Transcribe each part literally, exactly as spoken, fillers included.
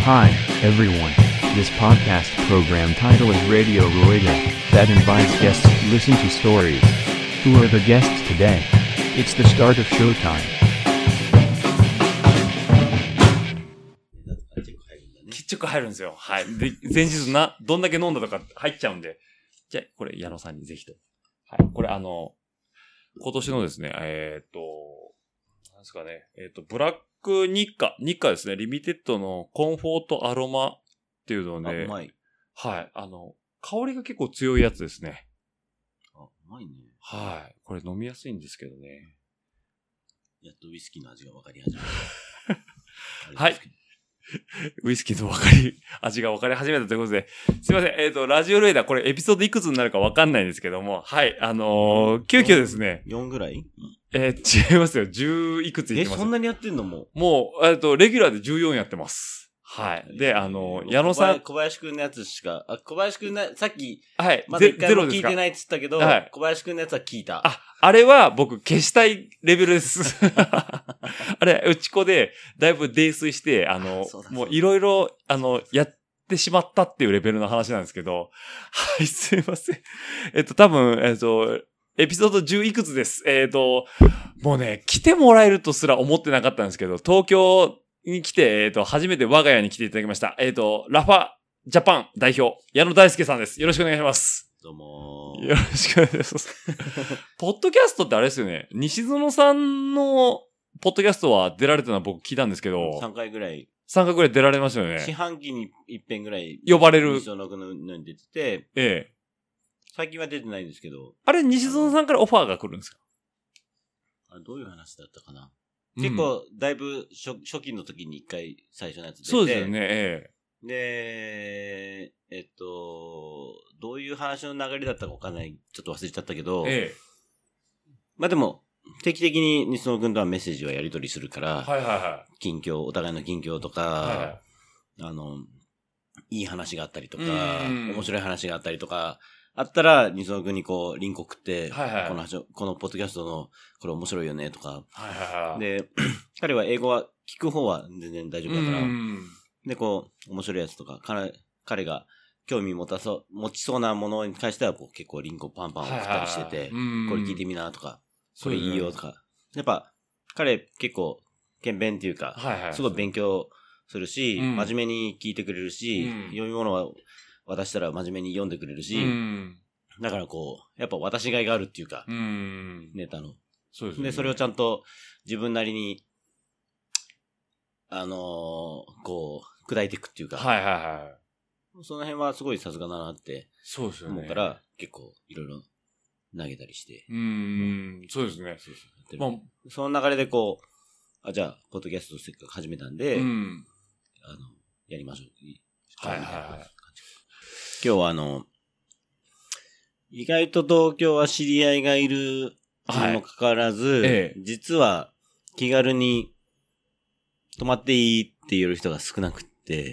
Hi, everyone. This podcast program title is Radio Rueda, that invites guests to listen to stories. Who are the guests today? It's the start of showtime. 結局入るんですよ。はい。で、前日な、どんだけ飲んだとか入っちゃうんで。じゃあ、これ、矢野さんにぜひと。はい。これ、あの、今年のですね、えーっと、なんですかね、えーっと、ブラック日課、日課ですね、リミテッドのコンフォートアロマっていうので、 あ、うまい。 はい。あの、香りが結構強いやつですね。 あ、うまいね。 はい。これ飲みやすいんですけどね。 やっとウイスキーの味が分かり始めた。 はい。ウイスキーの分かり、味が分かり始めたということで、すいません。えっ、ー、と、ラジオレーダー、これエピソードいくつになるか分かんないんですけども、はい。あのー、急遽ですね。 よんぐらいえー、違いますよ。じゅういくついってます。 え、そんなにやってんのももう、えっと、レギュラーでじゅうよんやってます。はい。で、あの、矢野さん。 小林くんのやつしか、あ、小林くんの、さっき、 はい。 まだ一回も聞いてないって言ったけど、はい、小林くんのやつは聞いた。 あ、あれは僕消したいレベルです。あれ、うちこでだいぶ泥酔して、あの、あもういろいろ、あの、やってしまったっていうレベルの話なんですけど、はい、すいません。えっと、多分、えっと、エピソードじゅういくつです。えっと、もうね、来てもらえるとすら思ってなかったんですけど、東京に来て、えっと、初めて我が家に来ていただきました。えっと、ラファジャパン代表、矢野大輔さんです。よろしくお願いします。 どうもよろしくお願いします。ポッドキャストってあれですよね。西園さんのポッドキャストは出られたのは僕聞いたんですけど。 さんかいぐらい。 さんかいぐらい出られましたよね。 四半期に一遍ぐらい。 呼ばれる。 西園君のに出てて。 ええ。 最近は出てないんですけど。 あれ、西園さんからオファーが来るんですか？ あれどういう話だったかな、うん、結構、だいぶ初、初期の時に一回最初のやつ出て。 そうですよね、ええ。 で、えっと、どういう話の流れだったかわかんない。ちょっと忘れちゃったけど。 ええ。 まあでも、定期的に西野君とはメッセージはやり取りするから。 はいはいはい。 近況、お互いの近況とか、はいはい、あの、いい話があったりとか、面白い話があったりとか、あったら、西野君にこう、リンク送って、はいはい、この話、このポッドキャストの、これ面白いよね、とか。 はいはいはい、 で、彼は英語は、聞く方は全然大丈夫だから。で、こう、面白いやつとか、彼、彼が興味持たそう、持ちそうなものに関しては、こう結構リンクをパンパン送ったりしてて、はいはいはい、これ聞いてみな、とか、これいいよ、とか。やっぱ、彼結構、検便っていうか、はいはい、すごい勉強するし、うん、真面目に聞いてくれるし、うん、読み物は渡したら真面目に読んでくれるし、うん、だからこう、やっぱ渡しがいがあるっていうか、うん、ネタの。そうですね。で、それをちゃんと自分なりに、あのー、こう、砕いていくっていうか、はいはいはい。その辺はすごいさすがだなって、そうですよね。思うから、結構いろいろ投げたりして。 うーん、そうですね。そうですね。 まあ、その流れでこう、あ、じゃあ、ポッドキャストせっかく始めたんで、うん、あの、やりましょう。はいはいはい。今日はあの、意外と東京は知り合いがいるにもかかわらず、はいええ、実は気軽に泊まっていいって言える人が少なくって、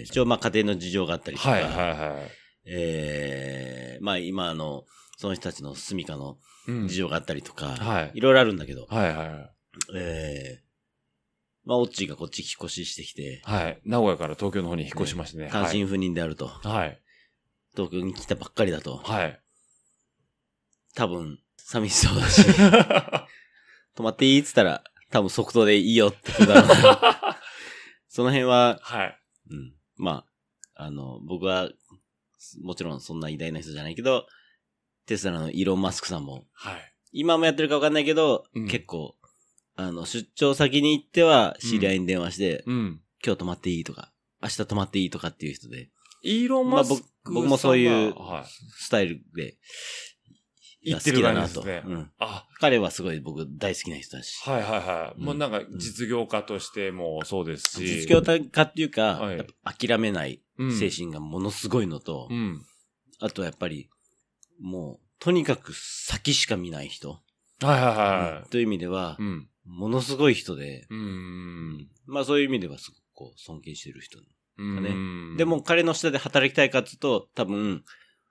一応まあ家庭の事情があったりとか、はいはいはい、えー、まあ今のその人たちの住処の事情があったりとか、うんはい、いろいろあるんだけど、はいはいはい、えーまあ、オッチーがこっち引っ越ししてきて。 はい。名古屋から東京の方に引っ越しましてね。ね単身赴任であると。はい。東京に来たばっかりだと。はい。多分、寂しそうだし。泊まっていいって言ったら、多分即答でいいよって言うだろうな。その辺は、はい。うん。まあ、あの、僕は、もちろんそんな偉大な人じゃないけど、テスラのイーロン・マスクさんも、はい。今もやってるか分かんないけど、うん、結構、あの、出張先に行っては、知り合いに電話して、うんうん、今日泊まっていいとか、明日泊まっていいとかっていう人で。 イーロン・マスクさん、まあ、僕もそういうスタイルで、 行ってる感じですね。 うん。あ、彼はすごい僕大好きな人だし。 はいはいはい。うん、もうなんか実業家としてもそうですし。 実業家っていうか、はい、やっぱ諦めない精神がものすごいのと、うん、あとやっぱり、もう、とにかく先しか見ない人。 はいはいはい。 うん、という意味では、うんものすごい人で、うん、まあそういう意味ではすごくこう尊敬してる人だね。でも彼の下で働きたいかっていうと、多分、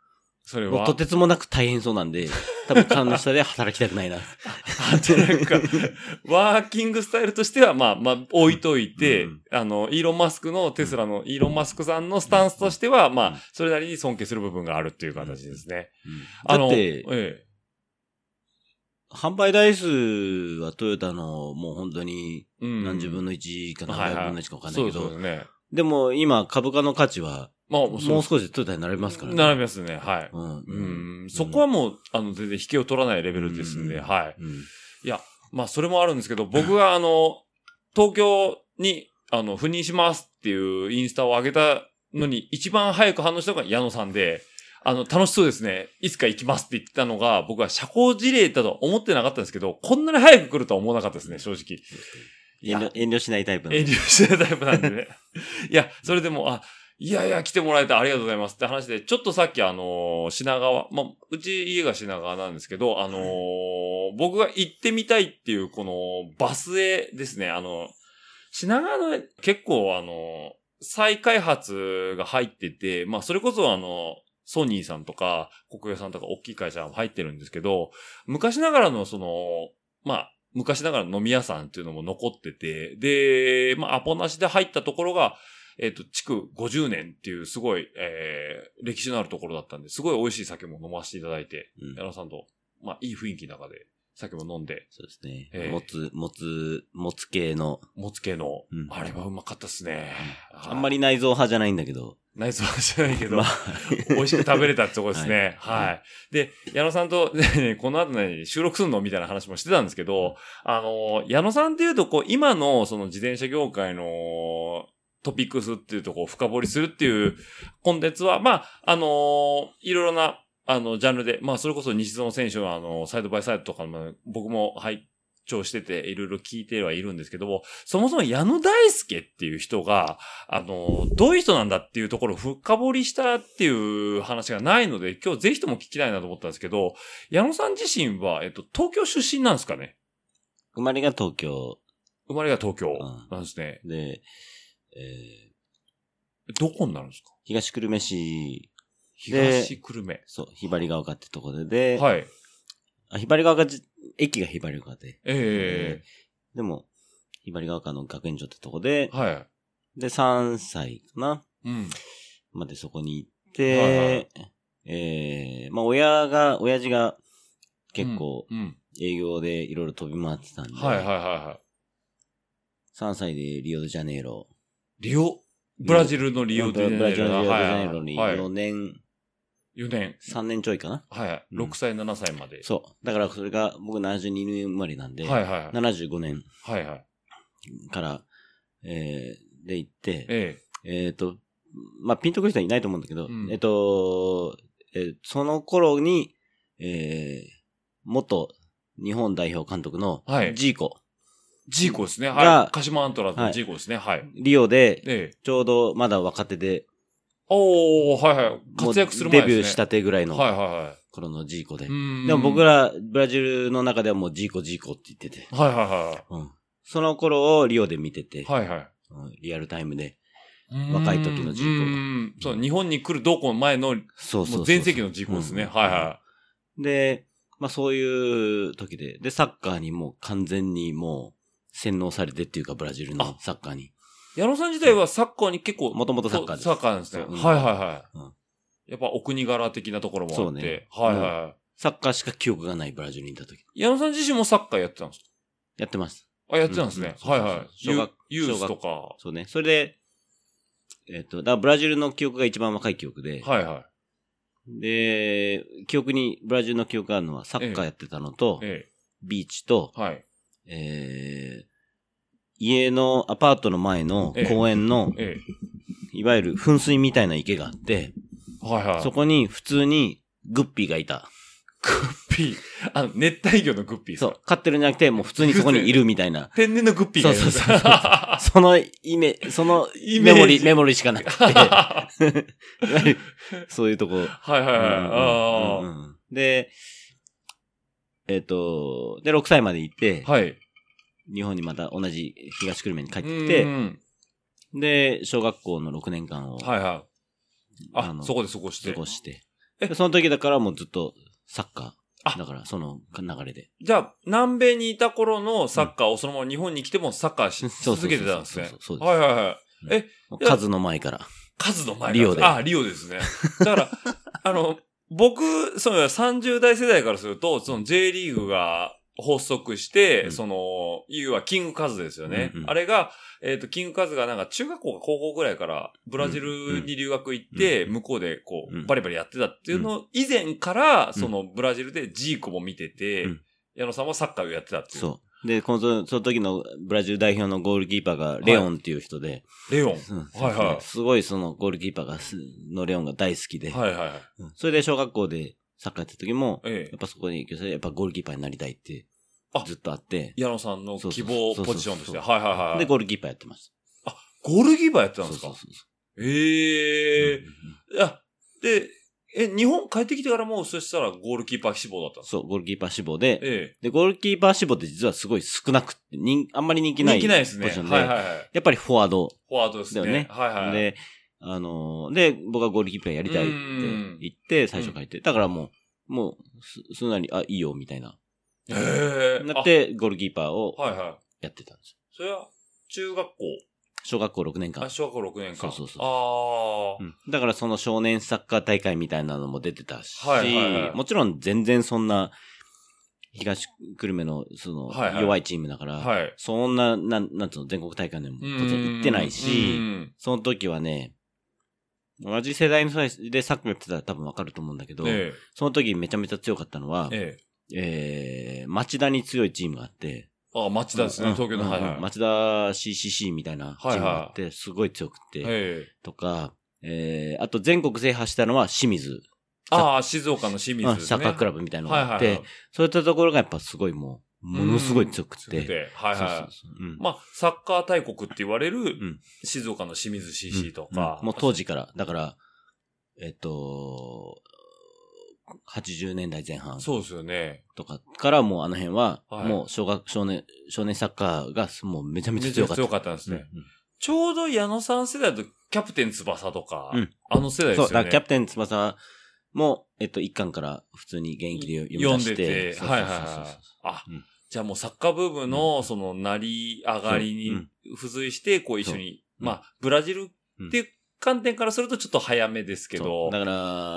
それは。 とてつもなく大変そうなんで、多分缶の下で働きたくないな。 なんか、ワーキングスタイルとしては、まあ、まあ、置いといて、うん、あの、イーロン・マスクのテスラのイーロン・マスクさんのスタンスとしては、まあ、それなりに尊敬する部分があるっていう形ですね。 うんうん、だって、ええ、販売台数はトヨタのもう本当に何十分のいちか何百分のいちか分かんないけど、 そうですね。 でも今株価の価値は、まあ、もう少しでトヨタに並びますからね。 並びますね。はい。うん。うん、そこはもう、あの、全然引けを取らないレベルですんで、うん、はい、うん。いや、まあ、それもあるんですけど、僕があの、東京に、あの、赴任しますっていうインスタを上げたのに、一番早く反応したのが矢野さんで、あの、楽しそうですね。いつか行きますって言ったのが、僕は社交辞令だと思ってなかったんですけど、こんなに早く来るとは思わなかったですね、正直。 遠慮、遠慮しないタイプなんで。遠慮しないタイプなんでね。いや、それでも、あ、いやいや、来てもらえてありがとうございますって話で、ちょっとさっきあのー、品川、まあ、うち家が品川なんですけど、あのー、僕が行ってみたいっていう、この、バスへですね、あの、品川の結構あの、再開発が入ってて、まあ、それこそあの、ソニーさんとか、国営さんとか大きい会社が入ってるんですけど、昔ながらのその、まあ、昔ながらの飲み屋さんっていうのも残ってて、で、まあ、アポなしで入ったところが、えっと、築ごじゅうねんっていうすごい、えー、歴史のあるところだったんで、すごい美味しい酒も飲ませていただいて、うん、矢野さんと、まあ、いい雰囲気の中で酒も飲んで。 そうですね。えー、もつ、もつ、もつ系の。 もつ系の、うん、あれはうまかったっすね、 うん。あんまり内臓派じゃないんだけど。 内臓派じゃないけど、まあ、美味しく食べれたってとこですね。はい。はい、で、矢野さんと、ね、この後ね、収録するのみたいな話もしてたんですけど、あの、矢野さんっていうと、こう、今のその自転車業界の、トピックスっていうとこを深掘りするっていうコンテンツは、まあ、あのー、いろいろな、あの、ジャンルで、まあ、それこそ西園選手のあの、サイドバイサイドとかも、僕も拝聴してて、いろいろ聞いてはいるんですけども、そもそも矢野大輔っていう人が、あのー、どういう人なんだっていうところを深掘りしたっていう話がないので、今日ぜひとも聞きたいなと思ったんですけど、矢野さん自身は、えっと、東京出身なんですかね？ 生まれが東京。 生まれが東京なんですね。 うん、で、えー、どこになるんですか？ 東久留米市。 東久留米。 そう、ひばりが丘ってところで、で、 はい。 あ、ひばりが丘じ、駅がひばりが丘で。 ええー。でも、ひばりが丘の学園所ってとこで、 はい。 で、さんさいかな。 うん。 までそこに行って、はいはい、えー、まあ、親が、親父が結構、営業でいろいろ飛び回ってたんで、 はいはいはいはい。 さんさいでリオデジャネイロ。 リオブラジルのリオデジャネイロ。 ブラジルのリオデジャネイロによねん。 よねん。 さんねんちょいかな。 はい。ろくさい、ななさいまで。 そう。だからそれが僕ななじゅうにねん生まれなんで、 はいはい。 ななじゅうごねん。 はいはい。 から、えー、で行って、 ええ。えっと、まあ、ピンとくる人はいないと思うんだけど、うん、えっと、えー、その頃に、えー、元日本代表監督のジーコ。はいジーコですね。はい。鹿島アントラーズのジーコですね。はい。 リオで、ちょうどまだ若手で、 おー、はいはい。活躍する前ですね。 デビューしたてぐらいの、 はいはいはい。 頃のジーコで。でも僕ら、ブラジルの中ではもうジーコジーコって言ってて。 はいはいはい。 うん。その頃をリオで見てて。 はいはい。 リアルタイムで。若い時のジーコ。 うん。そう、日本に来るどこ前の、そうそう。全盛期のジーコですね。はいはい。 で、まあそういう時で。で、サッカーにもう完全にもう、洗脳されてっていうか、ブラジルのサッカーに。 矢野さん自体はサッカーに結構、 もともとサッカーです。 サッカーなんですね。はいはいはい。うん、やっぱお国柄的なところもあって。そうね。はいはい。 サッカーしか記憶がないブラジルにいた時。 矢野さん自身もサッカーやってたんですか？ やってます。 あ、やってたんですね。はいはい。小学、ユースとか。 そうね。それで、えっと、だからブラジルの記憶が一番若い記憶で。 はいはい。 で、記憶に、ブラジルの記憶があるのはサッカーやってたのと、ええ、ビーチと、 はい。 えー、家のアパートの前の公園の、ええええ、いわゆる噴水みたいな池があって、 はいはい、 そこに普通にグッピーがいた。 グッピーあの、熱帯魚のグッピーですか？ そう。飼ってるんじゃなくて、もう普通にそこにいるみたいな。 天然のグッピーがいる。 そうそうそうそう。そのイメ、そのメモリ、メモリしかなくて。そういうとこ。はいはいはい。あうんうん、で、えっ、ー、と、で、ろくさいまで行って、 はい。 日本にまた同じ東久留米に帰ってきて、うんうん、で、小学校のろくねんかんを、 はいはい。あ、あのそこで過ごして。 過ごして。 え、その時だからもうずっとサッカー。あ、だからその流れで。 じゃあ、南米にいた頃のサッカーをそのまま日本に来てもサッカーし、うん、続けてたんですね。 そうそうそう。 はいはいはい。え、 数の前から。 数の前から。 リオで。 あ、リオですね。だから、あの、僕、そのさんじゅう代世代からすると、その J リーグが発足して、うん、その、要はキングカズですよね。うんうん、あれが、えっと、キングカズがなんか中学校か高校ぐらいからブラジルに留学行って、向こうでこう、バリバリやってたっていうの以前から、そのブラジルでジーコも見てて、うん、矢野さんはサッカーをやってたっていう。 そう。で、この、その時のブラジル代表のゴールキーパーがレオンっていう人で。はい、 レオン、 うん、はいはい。すごいそのゴールキーパーが、のレオンが大好きで。はいはい。それで小学校でサッカーやってた時も、ええ、やっぱそこに影響されて、やっぱゴールキーパーになりたいって、ずっとあって。 矢野さんの希望ポジションとして。はいはいはい。 で、ゴールキーパーやってました。 あ、ゴールキーパーやってたんですか？そうそうそう。ええー。うん、いや、で、え、日本帰ってきてからも、そしたらゴールキーパー志望だったんですか？ そう、ゴールキーパー志望で、ええ、で、ゴールキーパー志望って実はすごい少なくて、人、あんまり人気ない。 人気ないですね。 ポジションで、はいはいはい。やっぱりフォワード。 フォワードですね。だよね。はいはい。 で、あのー、で、僕はゴールキーパーやりたいって言って、最初書いて。だからもう、もう、す、すんなり、あ、いいよ、みたいな。へえ。なって、ゴールキーパーを、はいはい。やってたんですよ。それは、中学校小学校ろくねんかん。 あ、小学校ろくねんかん。 そうそうそう。 ああ、 うん。だからその少年サッカー大会みたいなのも出てたし、はいはいはい、もちろん全然そんな、東久留米のその弱いチームだから、はいはい、そんな、なん、なんつうの、全国大会でも当然行ってないし、その時はね、同じ世代の人でサッカーやってたら多分わかると思うんだけど、ええ、その時めちゃめちゃ強かったのは、えええー、町田に強いチームがあって、 ああ、町田ですね、うん、東京の、うんはいはい。 町田 シーシーシー みたいなチームがあって、すごい強くて、はいはい、とか、えー、あと全国制覇したのは清水。 ああ、静岡の清水ですね。 サッカークラブみたいなのがあって、はいはいはい、そういったところがやっぱすごいもう、ものすごい強くて。 てはいはい。そうそうそう、うん、まあ、サッカー大国って言われる、静岡の清水 シーシー とか、 うんうん。もう当時から、だから、えっと、はちじゅうねんだいぜん半。 そうですよね。 とかからもうあの辺は、もう小学、少年、少年サッカーがもうめちゃめちゃ強かった。 めちゃ強かったんですね。うんうん、ちょうど矢野さん世代だとキャプテン翼とか、うん、あの世代ですよね。そう、だからキャプテン翼も、えっと、一巻から普通に現役で読み出して。読んでて、はいはいはい。 あ、うん、じゃあもうサッカー部分の、その、成り上がりに付随して、こう一緒に、まあ、ブラジルっていう観点からするとちょっと早めですけど。 だから、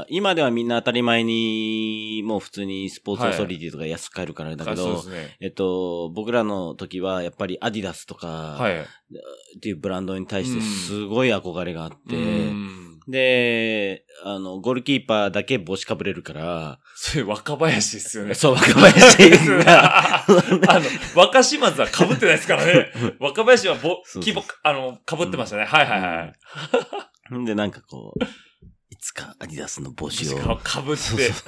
今ではみんな当たり前に、もう普通にスポーツオーソリティとか安く買えるからだけど、はい、そうですね、えっと、僕らの時はやっぱりアディダスとか、はい、っていうブランドに対してすごい憧れがあって、うんで、あの、ゴールキーパーだけ帽子かぶれるから。 それ若林ですよね。 そう、若林が。 あの、若島津は被ってないですからね。若林はぼ、規模、あの、被ってましたね。うん、はいはいはい。 うん、で、なんかこう、いつかアディダスの帽子を。 かぶって。そうそう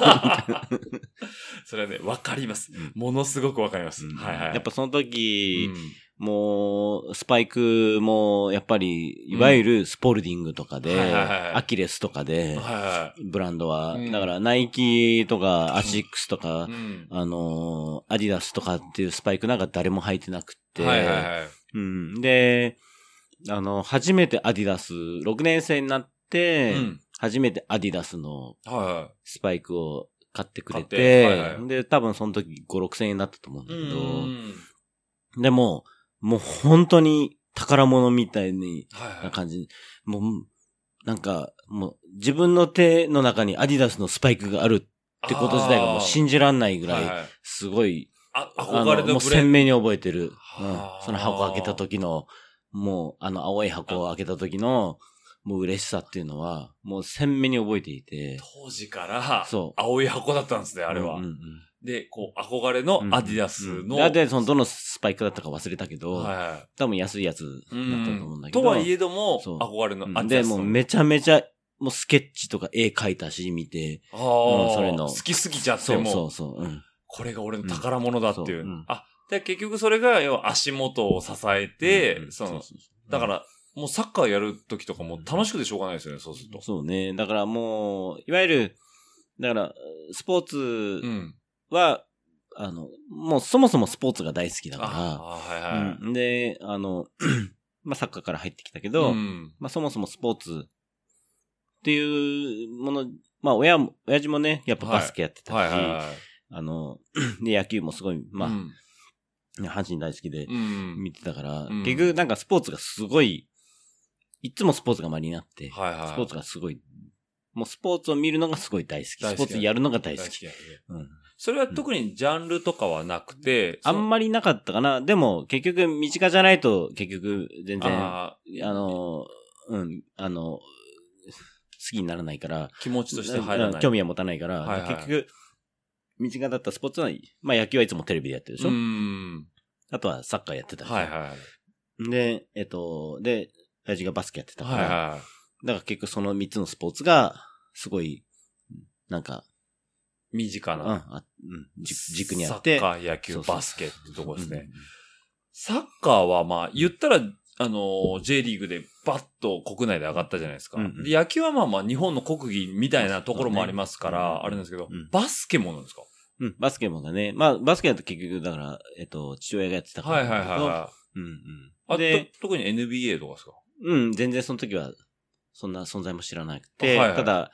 それはね、わかります。ものすごくわかります。うん、はいはい。 やっぱその時、うんもう、スパイクも、やっぱり、いわゆるスポルディングとかで、うんはいはいはい、アキレスとかで、はいはい、ブランドは、うん、だから、ナイキとか、アシックスとか、うん、あの、アディダスとかっていうスパイクなんか誰も履いてなくて、はいはいはいうん、で、あの、初めてアディダス、ろくねん生になって、うん、初めてアディダスのスパイクを買ってくれて、はいはい、で、多分その時ご、ろくせんえんだったと思うんだけど、うんでも、もう本当に宝物みたいにな感じ、はいはい、もうなんかもう自分の手の中にアディダスのスパイクがあるってこと自体がもう信じらんないぐらいすごい、 あ憧れのもう鮮明に覚えてる、うん、その箱開けた時のもうあの青い箱を開けた時のもう嬉しさっていうのはもう鮮明に覚えていて当時から青い箱だったんですねあれは。うんうんうんで、こう、憧れのアディダスの。うんうん、 で、その、どのスパイクだったか忘れたけど、はい、多分安いやつだったと思うんだけど。 とはいえども、憧れのアディダスの。 で、もうめちゃめちゃ、もうスケッチとか絵描いたし、見て。ああ、うん、それの。好きすぎちゃっても。 そうそうそう、うん。 これが俺の宝物だっていう。うん、あ、で、結局それが、要は足元を支えて、うんうん、その、だから、もうサッカーやる時とかも楽しくてしょうがないですよね、そうすると。 そうね。だからもう、いわゆる、だから、スポーツは、うん、あの、もうそもそもスポーツが大好きだから、はいはいうん、で、あの、まあ、サッカーから入ってきたけど、うん、まあ、そもそもスポーツっっていうもの、まあ親も、親父もね、やっぱバスケやってたし、はいはいはいはい、あの、で、野球もすごい、まあ、うん、阪神大好きで見てたから、うん、結局なんかスポーツがすごい、いつもスポーツがまになって、はいはい、スポーツがすごい、もうスポーツを見るのがすごい大好き。大好きスポーツやるのが大好き。大好きうん、それは特にジャンルとかはなくて、 うん、あんまりなかったかな。でも結局身近じゃないと結局全然、あ, あの、うん、あの、好きにならないから。 気持ちとして入らない。 興味は持たないから、はいはい、結局、身近だったスポーツは、まあ野球はいつもテレビでやってるでしょ。うん。あとはサッカーやってたでしょ。はいはい。で、えっと、で、親父がバスケやってたから、はいはい、だから結局そのみっつのスポーツが、すごい、なんか、 身近な、 うんあうん、軸にあって。 サッカー、野球、バスケってとこですね。うんうん、サッカーはまあ、言ったら、あの、J リーグでバッと国内で上がったじゃないですか。うんうん、で野球はまあまあ、日本の国技みたいなところもありますから、ね、あれなんですけど、うん、バスケもなんですか？ うん、バスケもだね。まあ、バスケだと結局、だから、えっと、父親がやってたから。はいはいはい、はい。うんうん。 あで、特に エヌビーエー とかですか？ うん、全然その時は、そんな存在も知らなくて、はいはい、ただ、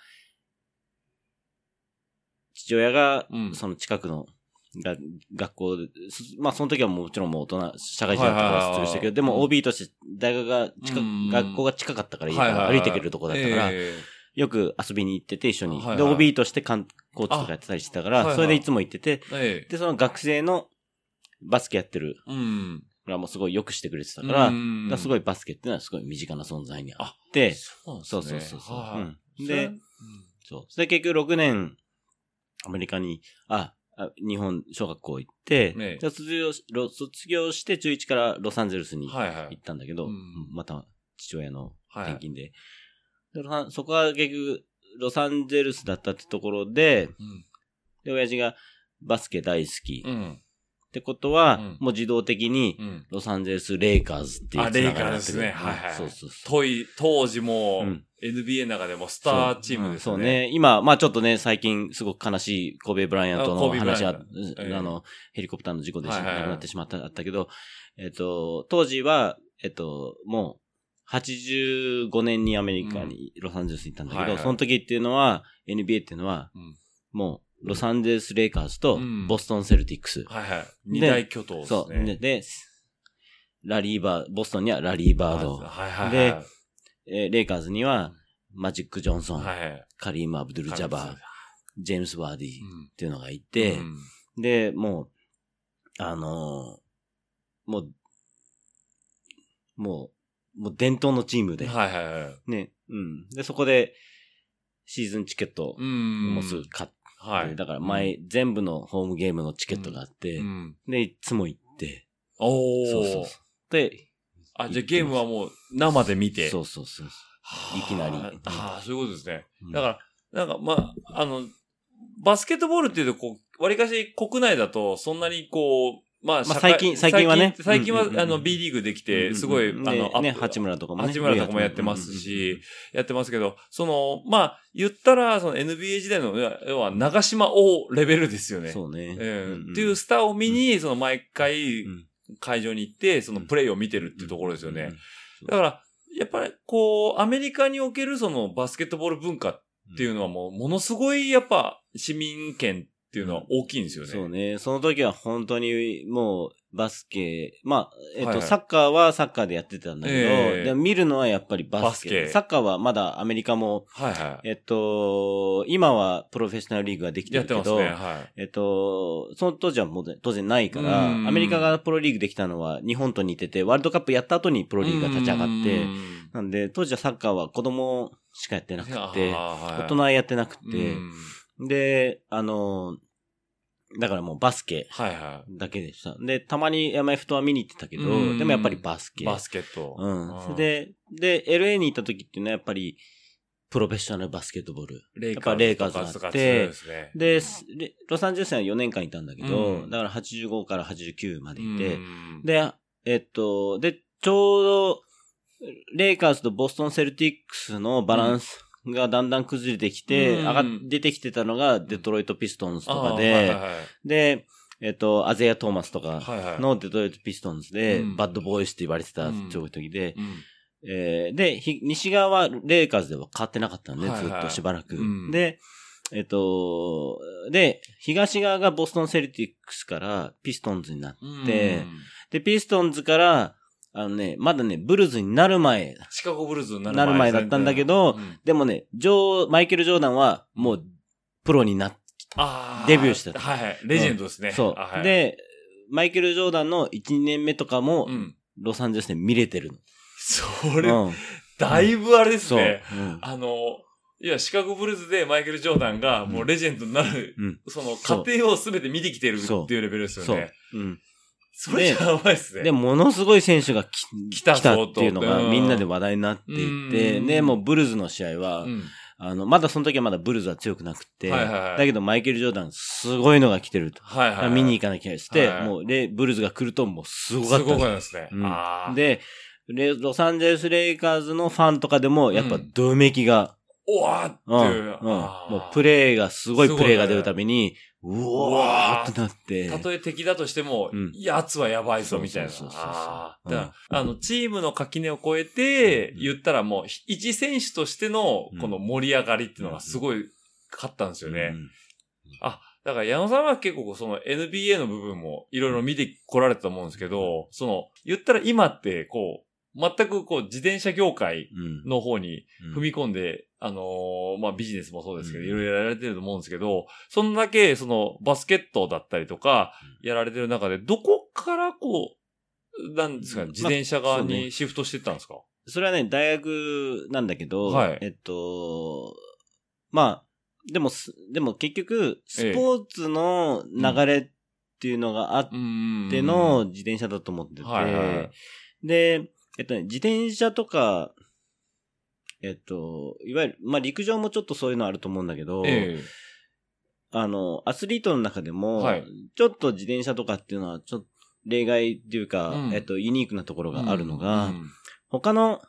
父親が、その近くのが、うん、学校で、まあその時はもちろんもう大人、社会人だったから失礼したけど、でも オービー として大学が近、うん、学校が近かったから、家から歩いてくるとこだったから、えー、よく遊びに行ってて一緒に。はいはい、で、オービー としてコーチとかやってたりしてたから、はいはい、それでいつも行ってて、えー、で、その学生のバスケやってる、うんがもうすごいよくしてくれてたから、うん、だからすごいバスケっていうのはすごい身近な存在にあって、そうなんですね。そうそうそうそう、はいうん。で、うん、そう。それで結局ろくねんアメリカに、あ、日本小学校行って、ね、じゃ卒業し、卒業して中いちからロサンゼルスに行ったんだけど、はいはいうん、また父親の転勤で。はい、でそこは結局ロサンゼルスだったってところで、うん、で、親父がバスケ大好き。うんってことは、うん、もう自動的に、ロサンゼルスレイカーズっていうつながりになってる。あ、レイカーズですね。はいはい。そうそうそう。 当時も、うん、エヌビーエー の中でもスターチームですね。 そう、うん、そうね。今、まあちょっとね、最近すごく悲しいコーベイ・ブライアントの話が、あ, あの、ヘリコプターの事故で亡くなってしまった、あったけど、えっと、当時は、えっと、もう、はちじゅうごねんにアメリカに、ロサンゼルスに行ったんだけど、うんはいはい、その時っていうのは、エヌビーエー っていうのは、うん、もう、ロサンゼルスレイカーズとボストンセルティックス。うん、はいはい。 二大巨頭ですね。そう。で、 でラリーバー、ボストンにはラリーバード。はいはいはい。で、えー、レイカーズにはマジック・ジョンソン、はいはい、カリーム・アブドゥル・ジャバー、ジェームス・ワーディっていうのがいて、うん、で、もう、あのー、もう、もう、もう伝統のチームで。はいはいはい。ね。うん。で、そこで、シーズンチケットもすぐ買って、はい。だから前、うん、全部のホームゲームのチケットがあって、うん、で、いつも行って。おー。そうそうそう。で、 あ、じゃあゲームはもう生で見て。 そうそうそう。いきなり。 ああ、そういうことですね。うん、だから、なんか、まあ、あの、バスケットボールっていうと、こう、割かし国内だと、そんなにこう、まあ、 まあ、最近、最近はね。 最近は、あの、B リーグできて、すごい、あの、 ね、八村とかもね。 八村とかもやってますし、やってますけど、その、まあ、言ったら、その エヌビーエー 時代の、要は、長島王レベルですよね。 そうね。 っていうスターを見に、その、毎回、会場に行って、その、プレイを見てるっていうところですよね。だから、やっぱり、こう、アメリカにおける、その、バスケットボール文化っていうのはもう、ものすごい、やっぱ、市民権っていうのは大きいんですよね。 そうね。その時は本当にもうバスケ、まあ、えっと、はいはい、サッカーはサッカーでやってたんだけど、えー、でも見るのはやっぱりバスケ。バスケサッカーはまだアメリカも、はいはい、えっと、今はプロフェッショナルリーグができてるけど、やってますね、はい、えっと、その当時はもう当然ないから、アメリカがプロリーグできたのは日本と似てて、ワールドカップやった後にプロリーグが立ち上がって、なんで当時はサッカーは子供しかやってなくて、大人はやってなくて、で、あの、だからもうバスケだけでした。はいはい、で、たまに エムエフ とは見に行ってたけど、でもやっぱりバスケ。 バスケット。 うん。それで、で、エルエー に行った時っていうのはやっぱり、プロフェッショナルバスケットボール。レイカーズ。やっぱレイカーズがあって、で、ね、ロサンゼルスにはよねんかんいたんだけど、だからはちじゅうごからはちじゅうきゅうまでいて、で、えっと、で、ちょうど、レイカーズとボストンセルティックスのバランス、うんがだんだん崩れてきて、上が出てきてたのがデトロイトピストンズとかで、はいはいはい、で、えっと、アゼア・トーマスとかのデトロイトピストンズで、うん、バッドボーイスって言われてた時で、うん、 えー、で、西側はレイカーズでは変わってなかったんで、はいはい、ずっとしばらく。うん、で、えっと、で、東側がボストンセルティックスからピストンズになって、で、ピストンズから、あのね、まだね、ブルズになる前。 シカゴブルズになる前。なる前だったんだけど、うん、でもね、ジョー、マイケル・ジョーダンはもうプロになっ、デビューした。 はいはい。レジェンドですね。うん、 そう、 はい。 で、マイケル・ジョーダンのいち、にねんめとかも、うん、ロサンゼルスで見れてるの。 それ、うん、だいぶあれですね。うん、あの、いや、シカゴブルズでマイケル・ジョーダンがもうレジェンドになる、うん、その過程をすべて見てきてるっていうレベルですよね。そう。うん。それじゃやばいですね。 で、ものすごい選手がき来たっていうのがみんなで話題になっていて、で、もうブルズの試合は、うん、あの、まだその時はまだブルズは強くなくて、はいはいはい、だけどマイケル・ジョーダンすごいのが来てると。はいはいはい、見に行かなきゃして、はいはい、もうで、ブルズが来るともうすごかった。 すごかったですね。 うん、あで、ロサンゼルス・レイカーズのファンとかでも、やっぱドメキが、 うん、おわーっていう、 うんうん。もうプレーが、すごいプレーが出るたびに、うわーってなって。 たとえ敵だとしても、うん、奴はやばいぞ、みたいな。そうそうそうそう。あうん、あの、チームの垣根を越えて、言ったらもう、一選手としての、この盛り上がりっていうのがすごい勝ったんですよね。うんうん、あ、だから矢野さんは結構その エヌビーエー の部分もいろいろ見てこられたと思うんですけど、その、言ったら今って、こう、全くこう自転車業界の方に踏み込んで、うん、あのー、まあ、ビジネスもそうですけど、いろいろやられてると思うんですけど、そんだけそのバスケットだったりとかやられてる中で、どこからこう、なんですかね、自転車側にシフトしていったんですか？まあ、 そ, ね、それはね、大学なんだけど、はい、えっと、まあ、でも、でも結局、スポーツの流れっていうのがあっての自転車だと思ってて、はいはいはい、で、えっとね、自転車とか、えっと、いわゆる、まあ、陸上もちょっとそういうのあると思うんだけど、ええ、あの、アスリートの中でも、はい、ちょっと自転車とかっていうのは、ちょっと例外っていうか、うん、えっと、ユニークなところがあるのが、うんうん、他の、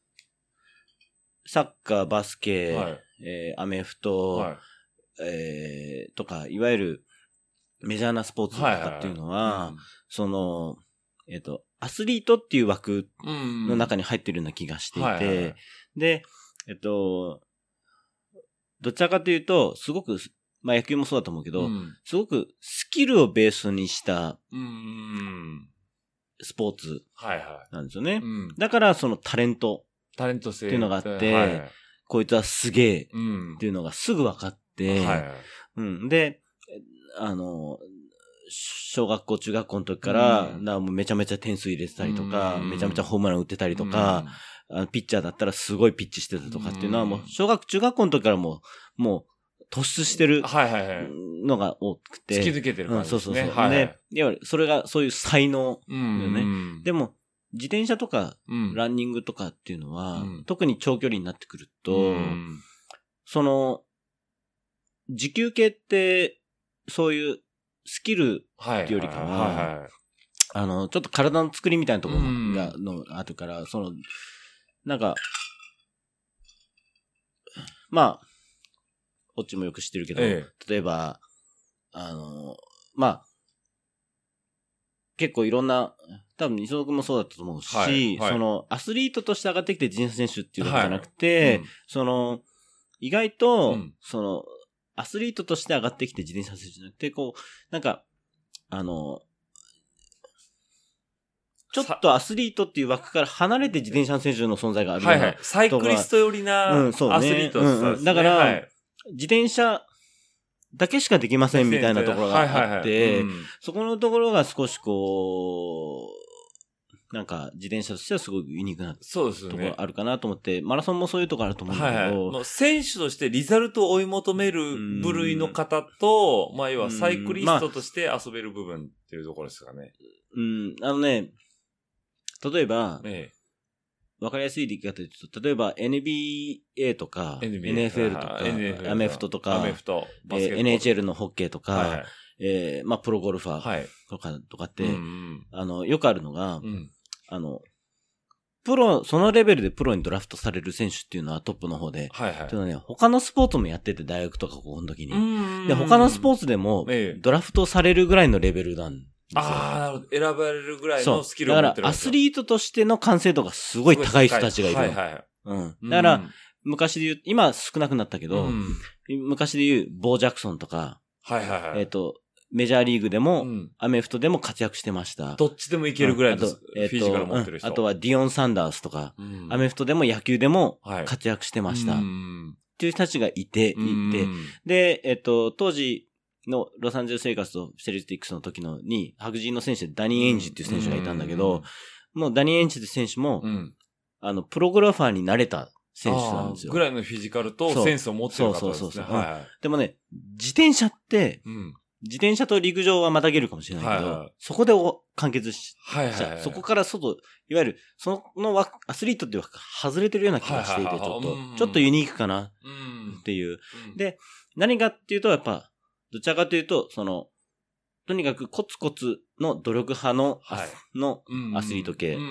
サッカー、バスケ、はい、えー、アメフト、はい、えー、とか、いわゆるメジャーなスポーツとかっていうのは、はいはいはい、その、えっと、アスリートっていう枠の中に入ってるような気がしていて、うんはいはいはい、で、えっと、どちらかというと、すごく、まあ野球もそうだと思うけど、うん、すごくスキルをベースにしたスポーツなんですよね。はいはいうん、だからそのタレントっていうのがあって、はいはい、こいつはすげえっていうのがすぐ分かって、うんはいはいうん、で、あの、小学校、中学校の時から、うん、もうめちゃめちゃ点数入れてたりとか、うん、めちゃめちゃホームラン打ってたりとか、うん、あのピッチャーだったらすごいピッチしてたとかっていうのは、もう小学、中学校の時からもう、もう突出してるのが多くて。 突き抜けてる感じですね。 うん、そうそうそう。はいはい、で、いわゆるそれがそういう才能だよね。うん、でも、自転車とか、ランニングとかっていうのは、うん、特に長距離になってくると、うん、その、持久系って、そういう、スキルっていうよりかは、はいはいはいはい、あの、ちょっと体の作りみたいなところが、の、あるから、その、なんか、まあ、こっちもよく知ってるけど、ええ、例えば、あの、まあ、結構いろんな、多分、磯野君もそうだったと思うし、はいはい、その、アスリートとして上がってきて自転車選手っていうわけじゃなくて、はいうん、その、意外と、うん、その、アスリートとして上がってきて自転車選手じゃなくて、こう、なんか、あの、ちょっとアスリートっていう枠から離れて自転車選手の存在があるような。はいはい。 サイクリスト寄りな、うん、そうね、アスリートですね、うんうん。 だから、はい、自転車だけしかできませんみたいなところがあって、そこのところが少しこう、なんか自転車としてはすごくユニークなところあるかなと思って、ね、マラソンもそういうところあると思うんだけど、はいはい、 選手としてリザルトを追い求める部類の方と、まあ要はサイクリストとして遊べる部分っていうところですかね。 うん、あのね、例えば、ええ、わかりやすい言い方で言うと、例えば エヌビーエー とか、エヌエフエル とか、アメフトとか、 アメフト、 えー、エヌエイチエル のホッケーとか、はいはいえー、まあプロゴルファーとか、はい、とかって、うんうん、あの、よくあるのが、うんあの、プロ、そのレベルでプロにドラフトされる選手っていうのはトップの方で、はいはい。というのはね、他のスポーツもやってて、大学とか高校の時に。で、他のスポーツでも、ドラフトされるぐらいのレベルなんああ、なるほど。選ばれるぐらいのスキルを持ってる。 だからアスリートとしての完成度がすごい高い人たちがいる。はいはい。うん。だから、うん、昔で言う、今少なくなったけど、うん、昔で言う、ボー・ジャクソンとか、 はいはいはい。 えっ、ー、と、メジャーリーグでも、うん、アメフトでも活躍してました。 どっちでもいけるぐらいの、うん、フィジカル持ってる人。 あと、うん、あとはディオン・サンダースとか、うん、アメフトでも野球でも活躍してました。はい、っていう人たちがいて、いて、で、えっ、ー、と、当時のロサンゼルスレイカーズとセルティックスの時のに、白人の選手でダニー・エンジっていう選手がいたんだけど、もうダニー・エンジって選手も、うん、あの、プログラファーになれた選手なんですよ。 ぐらいのフィジカルとセンスを持ってる方ですね。そうそうそうそう、はいはい。 でもね、自転車って、うん、自転車と陸上はまたげるかもしれないけど、はいはい、そこで完結し、はいはいはい、そこから外、いわゆる、その枠、アスリートっていう枠外れてるような気がしていて、ちょっと、ちょっとユニークかなっていう。うん、で、何かっていうと、やっぱ、どちらかというと、その、とにかくコツコツの努力派の、はい、のアスリート系、うん、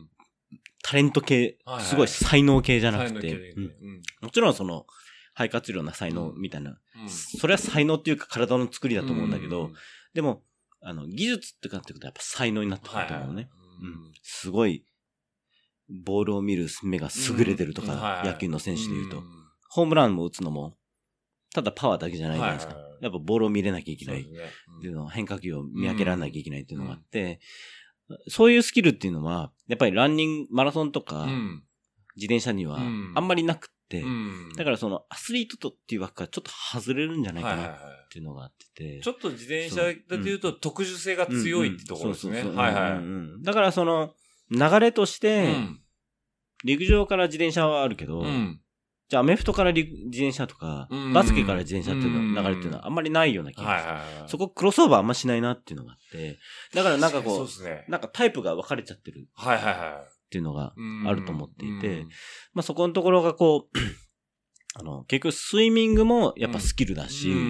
タレント系、はいはい、すごい才能系じゃなくて、うん、もちろんその、肺活量な才能みたいな、うん、それは才能っていうか体の作りだと思うんだけど、うん、でも、あの、技術ってかっていうとやっぱ才能になってくると思うね、はいはい、うん。すごい、ボールを見る目が優れてるとか、うんはいはい、野球の選手で言うと、うん、ホームランも打つのも、ただパワーだけじゃないじゃないですか。はいはいはい、やっぱボールを見れなきゃいけない。そうですね、うん、っていうのは変化球を見分けられなきゃいけないっていうのがあって、うん、そういうスキルっていうのは、やっぱりランニング、マラソンとか、うん、自転車にはあんまりなくて、うん、だからそのアスリートとっていう枠からちょっと外れるんじゃないかなっていうのがあってて、はいはいはい、 ちょっと自転車だというと特殊性が強いってところですね。はいはい。 だからその流れとして、うん、陸上から自転車はあるけど、うん、じゃあアメフトから自転車とか、うん、バスケから自転車っていうの流れっていうのはあんまりないような気がする、はいはいはい。そこクロスオーバーあんましないなっていうのがあって、だからなんかこう、そうですね、なんかタイプが分かれちゃってる。はいはいはい。っていうのがあると思っていて、まあそこのところがこう、あの、結局スイミングもやっぱスキルだし、うんうん、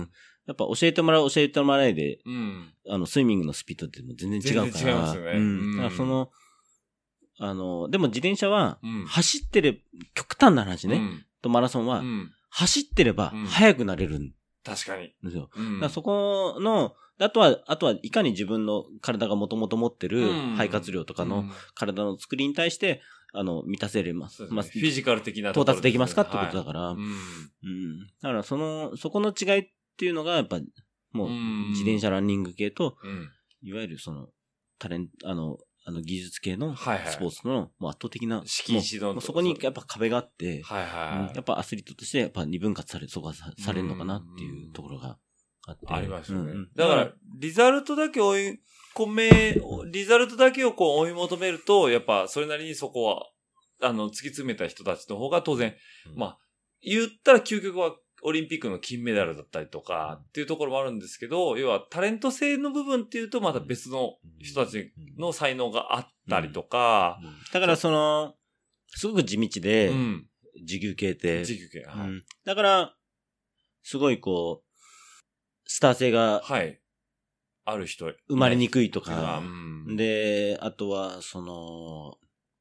やっぱ教えてもらう教えてもらわないで、うん、あの、スイミングのスピードって全然違うから。全然違いますよね。うん。だからその、あの、でも自転車は、走ってれ、極端な話ね、うん、とマラソンは、うん、走ってれば速くなれるん確かに。 ですよ。うん、だからそこの、あとは、あとはいかに自分の体がもともと持ってる肺活量とかの体の作りに対して、あの、満たせれます。 まあ、フィジカル的な、 到達できますかってことだから、はい、うん。うん。だからその、そこの違いっていうのが、やっぱ、もう、自転車ランニング系と、うん、いわゆるその、タレント、あの、あの技術系のスポーツのもう圧倒的な、 敷地のそこにやっぱ壁があって、はいはい、やっぱアスリートとしてやっぱ二分割され、そこが さ, されるのかなっていうところがあって。 ありますよね。うん、だから、リザルトだけ追い込め、リザルトだけをこう追い求めると、やっぱそれなりにそこは、あの、突き詰めた人たちの方が当然、うん、まあ、言ったら究極はオリンピックの金メダルだったりとかっていうところもあるんですけど、要はタレント性の部分っていうとまた別の人たちの才能があったりとか。 うんうん、だからその、すごく地道で、うん、持久系って。 持久系、はい、うん。 だから、すごいこう、スター性が、 はい。ある人。 生まれにくいとか、うん、で、あとは、その、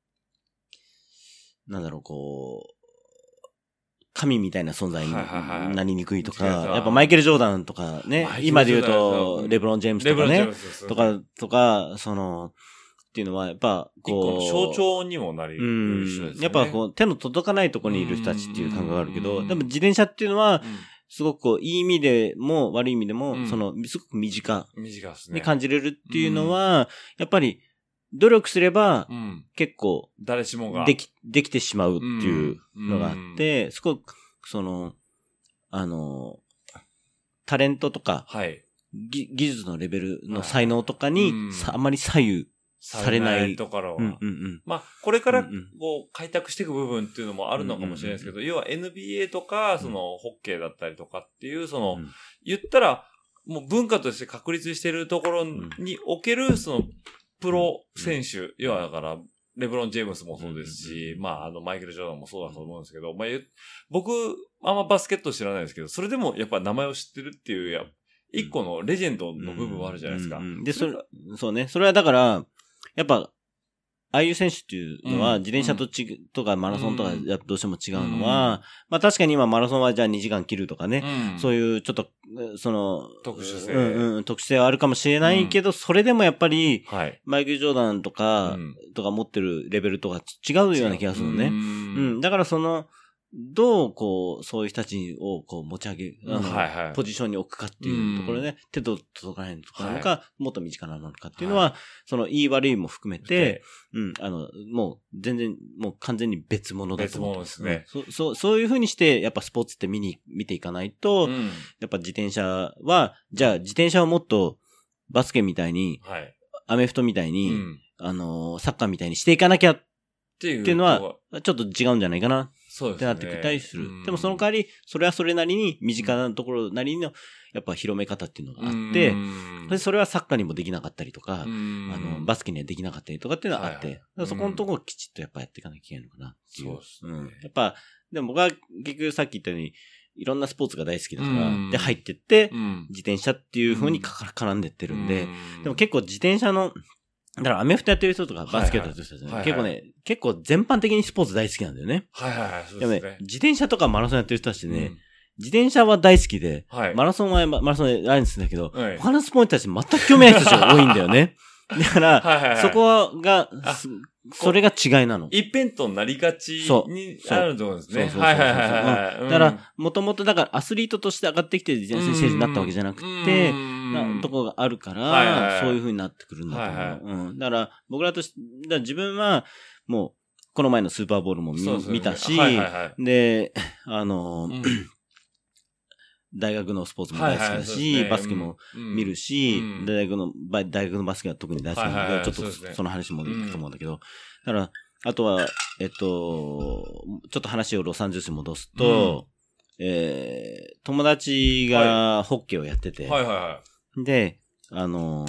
なんだろう、こう、神みたいな存在になりにくいとか、はいはいはい、やっぱマイケル・ジョーダンとかね、今で言うと、レブロン・ジェームスとかね、とか、とか、その、っていうのは、やっぱ、こう、 象徴にもなりる人ですね。 やっぱこう、手の届かないところにいる人たちっていう感覚があるけど、でも自転車っていうのは、すごくこう、いい意味でも悪い意味でも、うん、その、すごく身近に感じれるっていうのは、やっぱり、努力すれば、うん、結構、 誰しもが、 でき、できてしまうっていうのがあって、うん、すごく、その、あの、タレントとか、はい、技術のレベルの才能とかに、はい、あまり左右されない。 ところは。うんうんうん、まあ、これから、こう、開拓していく部分っていうのもあるのかもしれないですけど、うんうんうん、要は エヌビーエー とか、その、ホッケーだったりとかっていう、その、うん、言ったら、もう文化として確立しているところにおける、その、プロ選手、うん、要はだから、レブロン・ジェームスもそうですし、うん、まあ、あの、マイケル・ジョーダンもそうだと思うんですけど、まあ、僕、あんまバスケット知らないですけど、それでもやっぱ名前を知ってるっていう、や一個のレジェンドの部分はあるじゃないですか。 うんうんうん、で、それ、そうね。それはだから、やっぱ、 ああいう選手っていうのは、自転車とち、うん、とかマラソンとかどうしても違うのは、うん、まあ確かに今マラソンはじゃあにじかん切るとかね、うん、そういうちょっと、その、 特殊性。 うんうん、特殊性はあるかもしれないけど、うん、それでもやっぱり、はい、マイケル・ジョーダンとか、うん、とか持ってるレベルとか違うような気がするのね。うん、うん。だからその、どう、こう、そういう人たちを、こう、持ち上げる、あの、はいはい、ポジションに置くかっていうところで、ね、手と届かないところなのか、はい、もっと身近なのかっていうのは、はい、その、いい悪いも含めて、うん、あの、もう、全然、もう完全に別物だと思う。 別物ですね。 そ、そう、そういうふうにして、やっぱスポーツって見に、見ていかないと、うん、やっぱ自転車は、じゃあ、自転車をもっと、バスケみたいに、はい、アメフトみたいに、うん、あの、サッカーみたいにしていかなきゃっていうのは、ちょっと違うんじゃないかな。 そうですね。 ってなってきたりする。でもその代わり、それはそれなりに、身近なところなりの、やっぱ広め方っていうのがあって、でそれはサッカーにもできなかったりとか、あの、バスケにはできなかったりとかっていうのがあって、はいはい、そこのところをきちっとやっぱやっていかなきゃいけないのかなっていう。そうですね。うん、やっぱ、でも僕は結局さっき言ったように、いろんなスポーツが大好きだから、で入ってって、自転車っていう風に絡んでってるんで、でも結構自転車の、だからアメフトやってる人とかバスケットやってる人たちね、はいはい、結構ね、結構全般的にスポーツ大好きなんだよね。 はいはいはい。そうですね。 でもね、自転車とかマラソンやってる人たちね、うん、自転車は大好きで、はい、マラソンはマラソンでないんですけど、はい、他のスポーツたち全く興味ない人たちが多いんだよね。だから、はいはいはい、そこが、それが違いなの。 一辺倒になりがちにあると思うんですね。 そうそうそうそう。はいはいはいはい。だから、もともとだからアスリートとして上がってきて自転車選手になったわけじゃなくて、なところがあるから、はいはいはい、そういう風になってくるんだと思う。はいはい、うん。だから、僕らとして、だから自分は、もう、この前のスーパーボールも 見, そうそう、ね、見たし、はいはいはい、で、あの、うん大学のスポーツも大好きだし、はいはいね、バスケも見るし、うん、大学の、大学のバスケは特に大好きなので、はいはい、ちょっとその話もいくと思うんだけど、うん、だから、あとは、えっと、ちょっと話をロサンゼルスに戻すと、うん、えー、友達がホッケーをやってて、はいはいはい、で、あの、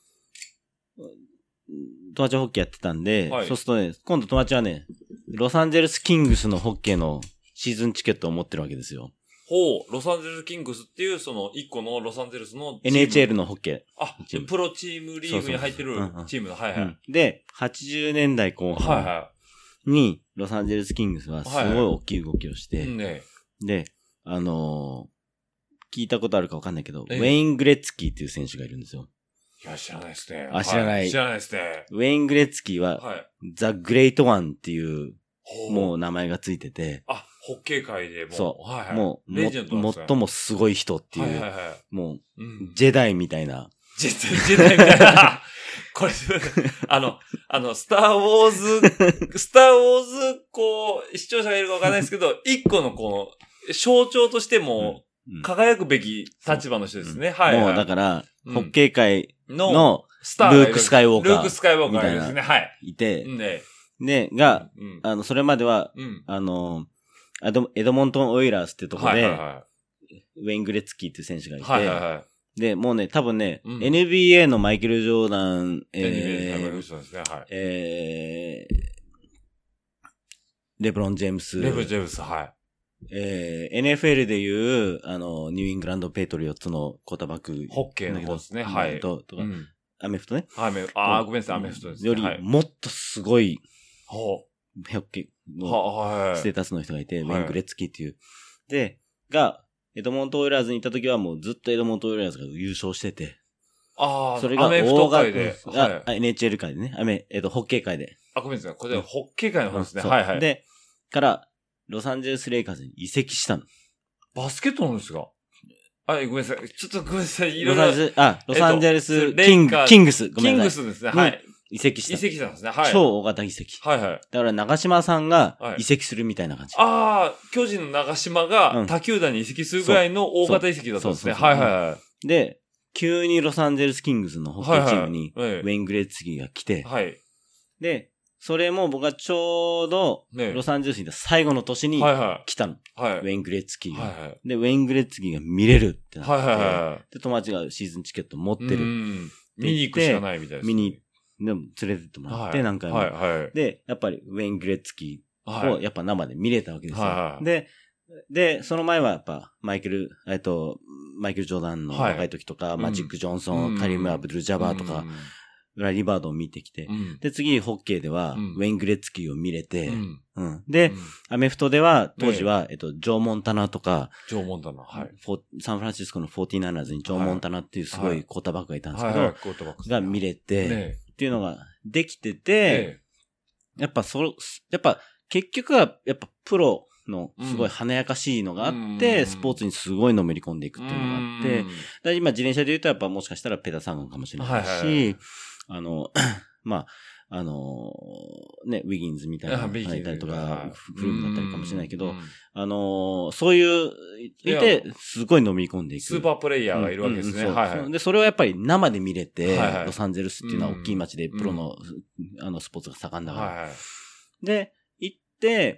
友達はホッケーやってたんで、はい、そうするとね、今度友達はね、ロサンゼルスキングスのホッケーのシーズンチケットを持ってるわけですよ。 ほう、ロサンゼルスキングスっていう、その、一個のロサンゼルスのチーム。 エヌエイチエル のホッケー。あ、プロチームリーグに入ってるチームの、はいはい、うん。 で、はちじゅうねんだいこう半に、ロサンゼルスキングスはすごい大きい動きをして、はいはいね、で、あのー、聞いたことあるかわかんないけど、ウェイン・グレッツキーっていう選手がいるんですよ。 いや、知らないですね。 あ、知らない。はい、 知らないですね。 ウェイン・グレッツキーは、はい、ザ・グレート・ワンっていう、もう名前がついてて、 あ、ホッケー界でもう、 そう、 はいはい、 もう、レジェンドなんですね、最もすごい人っていう、はいはいはい、もう、うん、ジェダイみたいな。 ジェ、ジェダイみたいな。これ、あの、あの、スター・ウォーズ、スター・ウォーズ、こう、視聴者がいるかわかんないですけど、一個のこの、象徴としても、輝くべき立場の人ですね。うん、はい、はい。 もう、だから、うん、ホッケー界の、スタールーク・スカイウォーカー。 ルーク・スカイウォーカーですね。はい。 いて、ねで、が、うん、あの、それまでは、うん、あの、エド、エドモントン・オイラースっていうところで、はいはいはい、ウェイン・グレッツキーっていう選手がいて、はいはいはい、で、もうね、多分ね、うん、エヌビーエー のマイケル・ジョーダン、えー、ねはい、えー、レブロン・ジェームス、 レブロン・ジェームス、はい。 えー、エヌエフエル でいう、あの、ニューイングランド・ペイトリオッツのクォーターバック。 ホッケーの方ですね、はい。 と、とか、うん、アメフトね。 アメフト。ああ、ごめんなさい、アメフトですね。 より、もっとすごい、ホッケーのステータスの人がいて、ウェイン・グレッツキーっていう。で、が、エドモント・オイラーズにいた時はもうずっとエドモント・オイラーズが優勝してて。 ああ、 それがアメフト界で。 はい、エヌエイチエル 界でね。アメ、えっと、ホッケー界で。 あ、ごめんなさい。これホッケー界の方ですね。はいはい。 で、から、ロサンゼルス・レイカーズに移籍したの。 バスケットなんですか？はい、ごめんなさい。ちょっとごめんなさい。いろいろ。あ、ロサンゼルス、キング、キングス。 ごめんなさい。キングスですね。はい。 移籍した。 移籍したんですね。はい。 超大型移籍。 はいはい。 だから長島さんが移籍するみたいな感じ。 はい、ああ、巨人の長島が他球団に移籍するぐらいの大型移籍だったんですね。はいはいはい。 で、急にロサンゼルスキングスのホッケーチームにウェイン・グレッツキーが来て、 はい。 で、それも僕はちょうどロサンゼルスにいた最後の年に来たの。はいはい、ウェイン・グレッツキーが、はいはい。で、ウェイン・グレッツキーが見れるってなって、はいはいはい、で、友達がシーズンチケット持ってる。 見に行くしかないみたいです、ね。 見に、でも連れてってもらって、何回も、はいはい。で、やっぱりウェイン・グレッツキーをやっぱ生で見れたわけですよ。はいはい、で、で、その前はやっぱマイケル、えっと、マイケル・ジョーダンの若い時とか、はい、マジック・ジョンソン、うん、カリム・アブドゥル・ジャバーとか、 ラリーバードを見てきて、 うん、 で、次、ホッケーでは、 うん、 ウェイン・グレッツキーを見れて、 うんうん、で、うん、アメフトでは、当時は、ね、えっと、ジョー・モンタナとか、 ジョー・モンタナ、はい。 サンフランシスコのフォーティーナイナーズにジョー・モンタナっていうすごいコーターバックがいたんですけど、 はいはいはい、 が見れて、 ね、 っていうのができてて、ね、やっぱそ、やっぱ、結局は、やっぱプロのすごい華やかしいのがあって、うん、スポーツにすごいのめり込んでいくっていうのがあって、うん、だ今自転車で言うとやっぱもしかしたらペタサンゴンかもしれないし、はいはいはい、あの、まあ、あのー、ね、ウィギンズみたいなのがいたりとか、フルームだったりかもしれないけど、あのー、そういう、いて、すごい飲み込んでいく。 スーパープレイヤーがいるわけですね。うんうん、はいはい。 で、それをやっぱり生で見れて、はいはい、ロサンゼルスっていうのは大きい街でプロの、うん、あの、スポーツが盛んだから。はいはい、で、行って、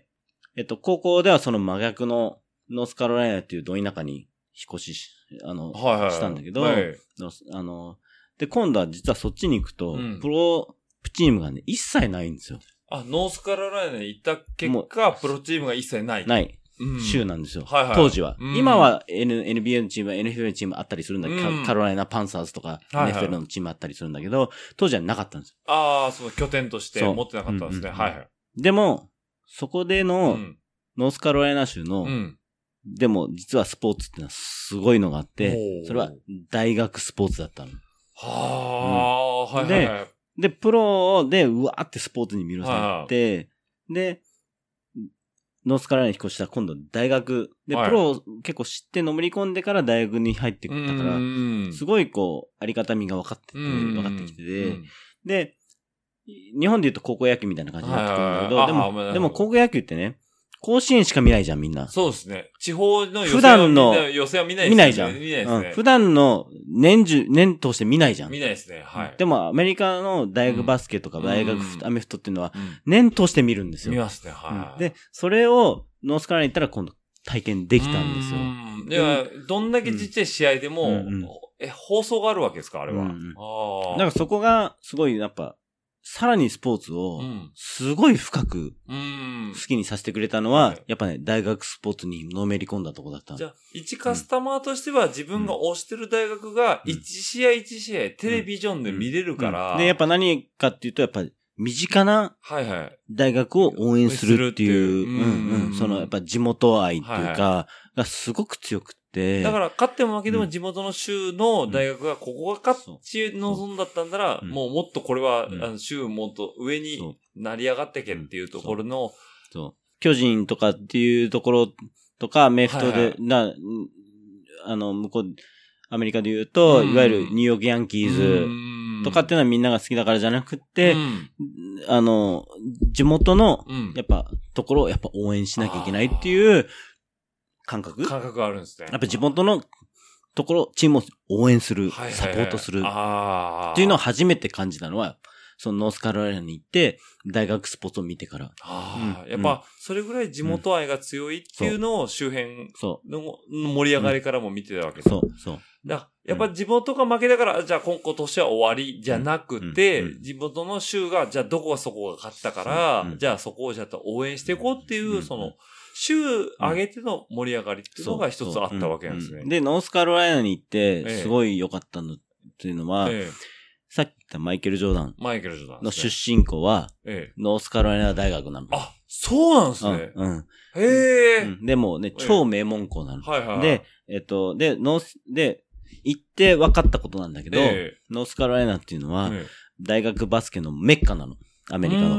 えっと、高校ではその真逆のノースカロライナっていうど田舎に引っ越しし、あの、はいはい、したんだけど、はい、あの、で、今度は実はそっちに行くと、うん、プロチームがね、一切ないんですよ。 あ、ノースカロライナに行った結果、プロチームが一切ない。 ない。うん、州なんですよ。はいはい、当時は。うん、今は、N、エヌビーエー のチームは エヌエフエル のチームあったりするんだけど、うん、カロライナパンサーズとか エヌエフエル のチームあったりするんだけど、当時はなかったんですよ。 ああ、その拠点として持ってなかったんですね。うんうんうん、はいはい。 でも、そこでの、ノースカロライナ州の、うん、でも実はスポーツってのはすごいのがあって、それは大学スポーツだったの。 はあ、うん、はいはいはい。 で、で、プロでうわーってスポーツに魅了されて、で、ノースカロライナに引っ越したら今度大学で、プロを結構知ってのめり込んでから大学に入ってくったから、すごいこう、あり方みが分かってて、分かってきてて、で、日本で言うと高校野球みたいな感じになってくるんだけど、でも、でも高校野球ってね、甲子園しか見ないじゃん、みんな。 そうですね。地方の予選はみんな、予選は見ないですね。 見ないじゃん。 見ないですね。 うん、普段の年中、年通して見ないじゃん。 見ないですね。はい。 でもアメリカの大学バスケとか大学アメフトっていうのは、年通して見るんですよ。 見ますね。はい、 うん。で、それをノースカロライナに行ったら今度体験できたんですよ。 うん。では、どんだけちっちゃい試合でも、うんうん、え、放送があるわけですか、あれは。うん、 ああ。だからそこが、すごい、やっぱ、さらにスポーツを、すごい深く、好きにさせてくれたのは、うん、やっぱね、大学スポーツにのめり込んだとこだった。 じゃあ、一カスタマーとしては、自分が推してる大学が、一試合一試合、テレビジョンで見れるから、 うんうん。で、やっぱ何かっていうと、やっぱ、身近な、大学を応援するっていう、うんうん、その、やっぱ地元愛っていうか、がすごく強くて、 だから、勝っても負けても地元の州の大学が、ここが勝ち望んだったんだら、うん、もうもっとこれは、うん、あの州もっと上に成り上がってけっていうところの、 そう。そう巨人とかっていうところとか、アメフトで、はいはい、な、あの、向こう、アメリカで言うと、いわゆるニューヨークヤンキーズとかっていうのはみんなが好きだからじゃなくて、あの、地元の、やっぱ、ところをやっぱ応援しなきゃいけないっていう、感覚感覚があるんですね。 やっぱ地元のところ、チームを応援する、はいはいはい、サポートする。っていうのを初めて感じたのは、そのノースカロライナに行って、大学スポーツを見てから。 あうん、やっぱ、それぐらい地元愛が強いっていうのを周辺の盛り上がりからも見てたわけです。 そう、そう。 だやっぱ地元が負けだから、じゃあ今年は終わりじゃなくて、うんうん、地元の州が、じゃあどこがそこが勝ったから、うん、じゃあそこをじゃあ応援していこうっていう、うん、その、週上げての盛り上がりっていうのが一つあったわけなんですね。 うんうん、で、ノースカロライナに行って、すごい良かったのっていうのは、ええ、さっき言ったマイケル・ジョーダンマイケル・ジョーダンの出身校は、ええ、ノースカロライナ大学なの。 あ、そうなんですね。 うん。うん、 へえ、 うん。でもね、超名門校なの。はいはいはい。で、えっと、で、ノース、で、行って分かったことなんだけど、ええ、ノースカロライナっていうのは、ええ、大学バスケのメッカなの。アメリカの。うん。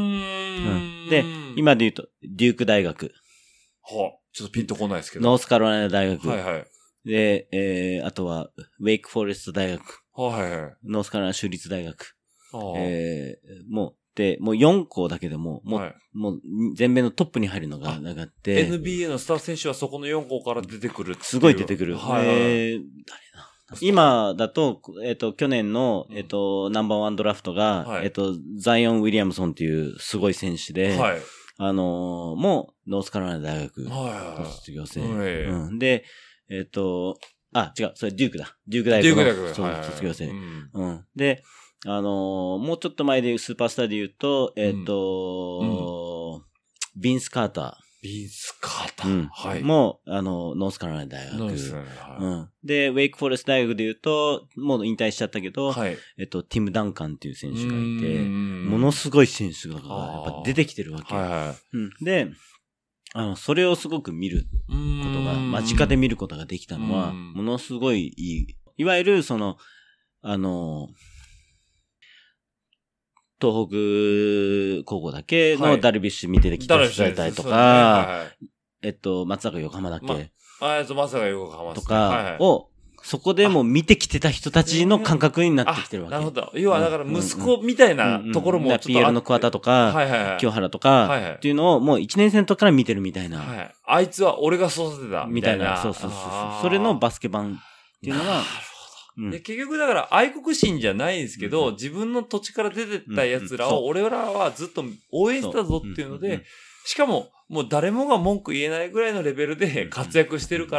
で、今で言うと、デューク大学。 はあ、ちょっとピンとこないですけど。 ノースカロライナ大学。 はいはい。 で、えー、あとは、ウェイクフォレスト大学。 はいはい。 ノースカロライナ州立大学。はあ、えー、もう、で、もうよん校だけでも、もう、はい、もう、全米のトップに入るのが上がって。 エヌビーエー のスター選手はそこのよん校から出てくるっていう。 すごい出てくる。はい、えー、誰だ今だと、えっと、去年の、えっと、ナンバーワンドラフトが、はい、えっと、ザイオン・ウィリアムソンっていうすごい選手で、はい、あのー、もう、ノースカロライナ大学の卒業生。はいはいうん、で、えっと、あ、違う、それデュークだ。デューク大学の。デューク大学。そう、はいはい、卒業生、うんうん。で、あのー、もうちょっと前でスーパースターで言うと、えっと、うん、ビンス・カーター。 ビンス・カーター。 うん。 はい。 もう、あの、ノースカロライナ大学。 ノースカロライナ、はい。 うん。で、ウェイクフォレスト大学で言うと、もう引退しちゃったけど、 はい。 えっと、ティム・ダンカンっていう選手がいて、ものすごい選手がやっぱ出てきてるわけ。 はいはい。 うん。で、あの、それをすごく見ることが、間近で見ることができたのは、ものすごいいい。いわゆる、その、あの、東北高校だけのダルビッシュ見てきた人だったりとか、えっと、松坂横浜だっけ、 ま、あ、えっと、松坂横浜とかを、そこでも見てきてた人たちの感覚になってきてるわけ。 なるほど。要は、だから息子みたいなところもちょっと、 ピエールの桑田とか、清原とか、っていうのをもう一年生の時から見てるみたいな。 はい。あいつは俺が育てたみたいな。 そうそうそう。それのバスケ版っていうのは、 うん、で結局だから愛国心じゃないんですけど、うん、自分の土地から出てった奴らを俺らはずっと応援したぞっていうので、しかももう誰もが文句言えないぐらいのレベルで活躍してるから、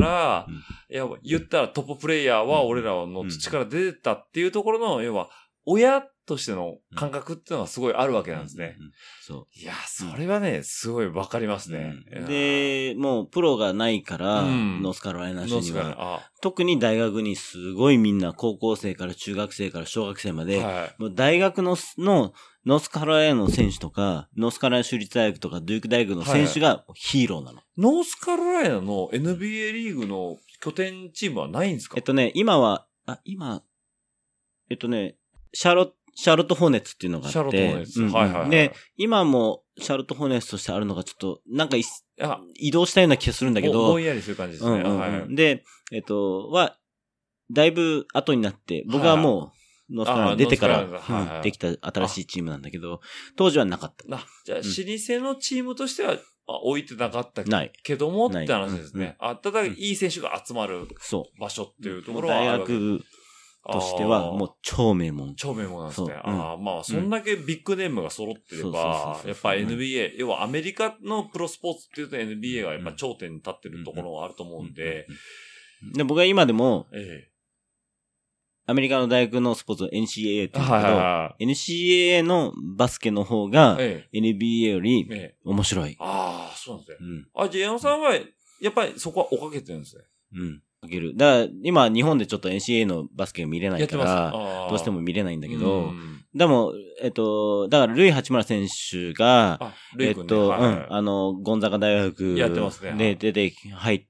いや言ったらトッププレイヤーは俺らの土地から出てったっていうところの、要は親としての感覚っていうのはすごいあるわけなんですね。そう。いや、それはね、すごいわかりますね。 うん、で、もうプロがないから、うん、ノースカロライナ州には。特に大学にすごいみんな、高校生から中学生から小学生まで、はい、もう大学の、の、ノースカロライナの選手とか、ノースカロライナ州立大学とか、デューク大学の選手がヒーローなの。はい、 ノースカロライナの エヌビーエー リーグの拠点チームはないんですか？ えっとね、今は、あ、今、えっとね、シャーロット、シャーロット・ホーネッツっていうのがあって。シャーロット・ホーネッツ。うん、はいはい、はい。で、今もシャーロット・ホーネッツとしてあるのがちょっと、なんか移動したような気がするんだけど。 ぼんやりする感じですね。うんうんうんはい、で、えっと、は、だいぶ後になって、僕はもう、ノースカロライナ出てから、はいはい、できた新しいチームなんだけど、当時はなかった。 あ、じゃあ、老舗のチームとしては、あ置いてなかったけどもって話ですね。あ、ただ、いい選手が集まる場所っていうところはあるわけです。 大学としては、もう超名門。 超名門なんですね。ああ、まあ、そんだけビッグネームが揃ってれば、やっぱ エヌビーエー、要はアメリカのプロスポーツっていうと エヌビーエー がやっぱ頂点に立ってるところはあると思うんで。 で、僕は今でも、ええ、アメリカの大学のスポーツ エヌシーエーエー って言うんだけど、はいはいはい、エヌシーエーエー のバスケの方が エヌビーエー より面白い。ええ、 ああ、そうなんですね。うん、あ、じゃあ矢野さんは、やっぱりそこは追っかけてるんですね。 うん。かける。だから、今、日本でちょっと エヌシーエー のバスケが見れないから、どうしても見れないんだけど、でも、えっと、だから、ルイ八村選手が、えっと、うん、あの、ゴンザガ大学で出て入って、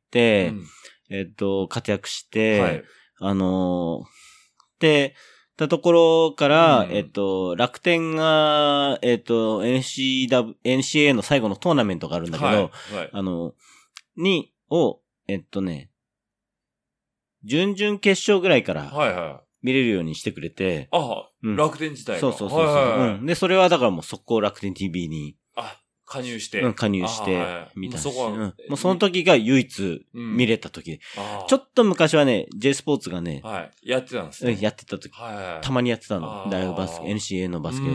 えっと、活躍して、あの、で、たところから、えっと、楽天が、えっと、エヌシーダブリュー、エヌシーエー の最後のトーナメントがあるんだけど、あの、に、を、えっとね、準々決勝ぐらいから見れるようにしてくれて。 はいはい、ああ、うん、楽天自体が。 そうそうそうそう、はいはいはい、うん。で、それはだからもう速攻楽天 ティーブイ に。 あ、加入して。 うん、加入して、見たし。もうそこは、うん、もうその時が唯一見れた時、うん、ちょっと昔はね、J スポーツがね、 はい、やってたんですね。 うん、やってた時、はいはい。たまにやってたの。大学バスケ、エヌシーエー のバスケを。うん、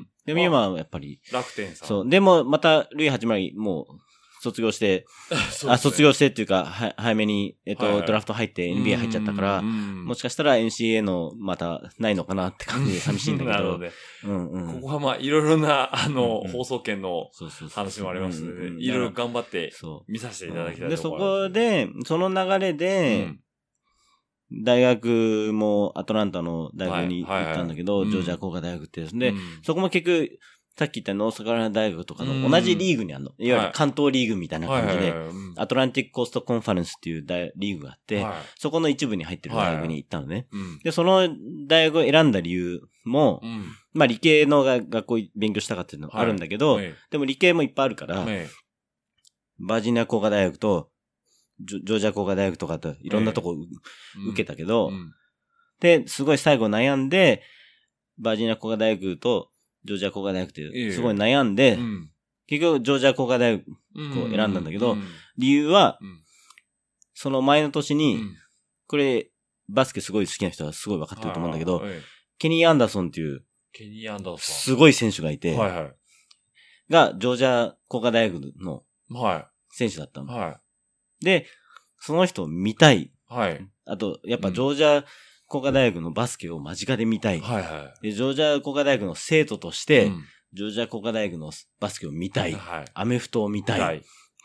でも今はやっぱり。 楽天さん。 そう。でもまた、ルイ八村もう、卒業して、ね、あ、卒業してっていうか、は、早めに、えっと、はいはい、ドラフト入って エヌビーエー 入っちゃったから、もしかしたら エヌシーエー のまたないのかなって感じで寂しいんだけど。なるほどね。 うんうん。ここはまあ、いろいろな、あの、うんうん、放送権の話もありますので、いろいろ頑張って見させていただきたいと思います。 で、そこで、その流れで、うん、大学もアトランタの大学に行ったんだけど、はいはいはい、ジョージア工科大学ってですね、うん、そこも結局、さっき言ったノースカロライナ大学とかの同じリーグにあるの。いわゆる関東リーグみたいな感じで、アトランティックコーストコンファレンスっていう大リーグがあって、はい、そこの一部に入ってる大学に行ったのね。はいはい、で、その大学を選んだ理由も、うん、まあ理系の学校勉強したかっていうのもあるんだけど、はいはい、でも理系もいっぱいあるから、はい、バージニア工科大学と、ジョージア工科大学とかといろんなとこ、はい、受けたけど、うんうん、で、すごい最後悩んで、バージニア工科大学と、ジョージア工科大学ってすごい悩んで、うん、結局ジョージア工科大学を選んだんだけど、うんうん、理由は、うん、その前の年に、うん、これバスケすごい好きな人はすごい分かってると思うんだけど、はいはい、ケニー・アンダーソンっていう、 ケニー・アンダーソンすごい選手がいて、 はいはい、 がジョージア工科大学の選手だったの。はい、で、その人を見たい。はい、あと、やっぱジョージア、うん工科大学のバスケを間近で見たい。はいはい。で、ジョージア工科大学の生徒として、うん、ジョージア工科大学のバスケを見たい。はい。アメフトを見たい。はい。っ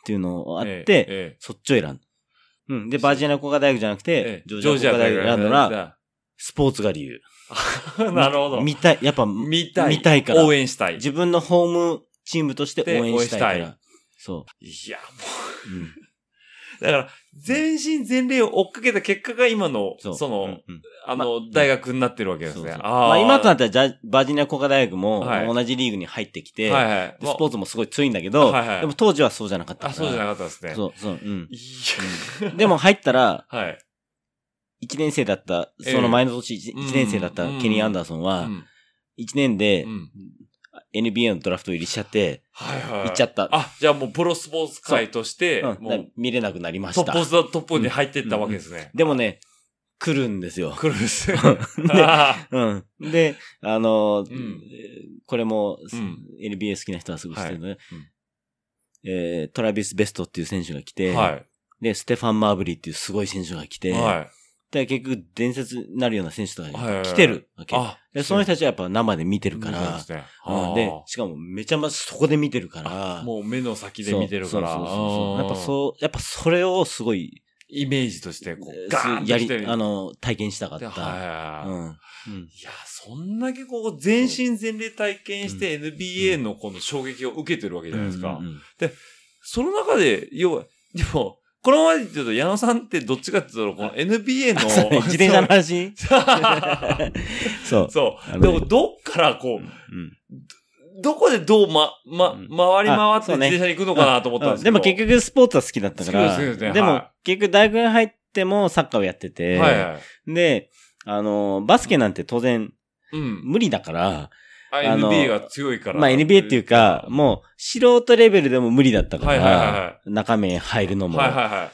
っていうのがあって、 えええ、 そっちを選んだ。うん。で、バージニア工科大学じゃなくて、 ええ、 ジョージア工科大学を選んだのは、スポーツが理由。 なるほど。 見たい、やっぱ、 見たい。 見たいから。 応援したい。 自分のホームチームとして応援したいから。そう。 いや、もう、うん。だから、全身全霊を追っかけた結果が今の、そ, その、うんうん、あの、ま、大学になってるわけですね。そうそうあまあ、今となったらジャ、バージニア工科大学も、同じリーグに入ってきて、はいはい、スポーツもすごい強いんだけど、はいはい、でも当時はそうじゃなかったから。 あ、そうじゃなかったですね。 そう、そう、うん。いやでも入ったら、 はい。 いちねん生だった、その前の年いちねん生だったケニー・アンダーソンは、いちねんで、エヌビーエー のドラフト入りしちゃって、 はいはい。 行っちゃった。 あ、じゃあもうプロスポーツ界として、 もう見れなくなりました。 トップストップに入っていったわけですね。 でもね、来るんですよ。 来るんですよ。 で、で、あの、これも エヌビーエー 好きな人はすぐ知ってるのね。えトラビス・ベストっていう選手が来て、で、ステファン・マーブリーっていうすごい選手が来て、で結局伝説になるような選手とか来てるわけ。で、その人たちはやっぱ生で見てるから、で、しかもめちゃめちゃそこで見てるから、 もう目の先で見てるから、 そうそうそうやっぱそう、やっぱそれをすごい、 イメージとしてこう、ガーンとやり、あの、体験したかった。 はいうんうん、いや、そんだけこう、全身全霊体験して エヌビーエー のこの衝撃を受けてるわけじゃないですか。うんうんうん、で、その中で、要は、でも、このままで言うと、矢野さんってどっちかっていうと、この エヌビーエー の、 自転車の話そう。 そう。でも、どっからこう、うん、どこでどうま、ま、回り回って自転車に行くのかなと思ったんですけど、 ね、でも結局スポーツは好きだったから。そうですね。でも、はい、結局大学に入ってもサッカーをやってて、はいはい、で、あの、バスケなんて当然、うん、無理だから、 あ、エヌビーエー が強いから。 まあ エヌビーエー っていうか、もう素人レベルでも無理だったから、はいはいはい、中面入るのも。はいはいはい。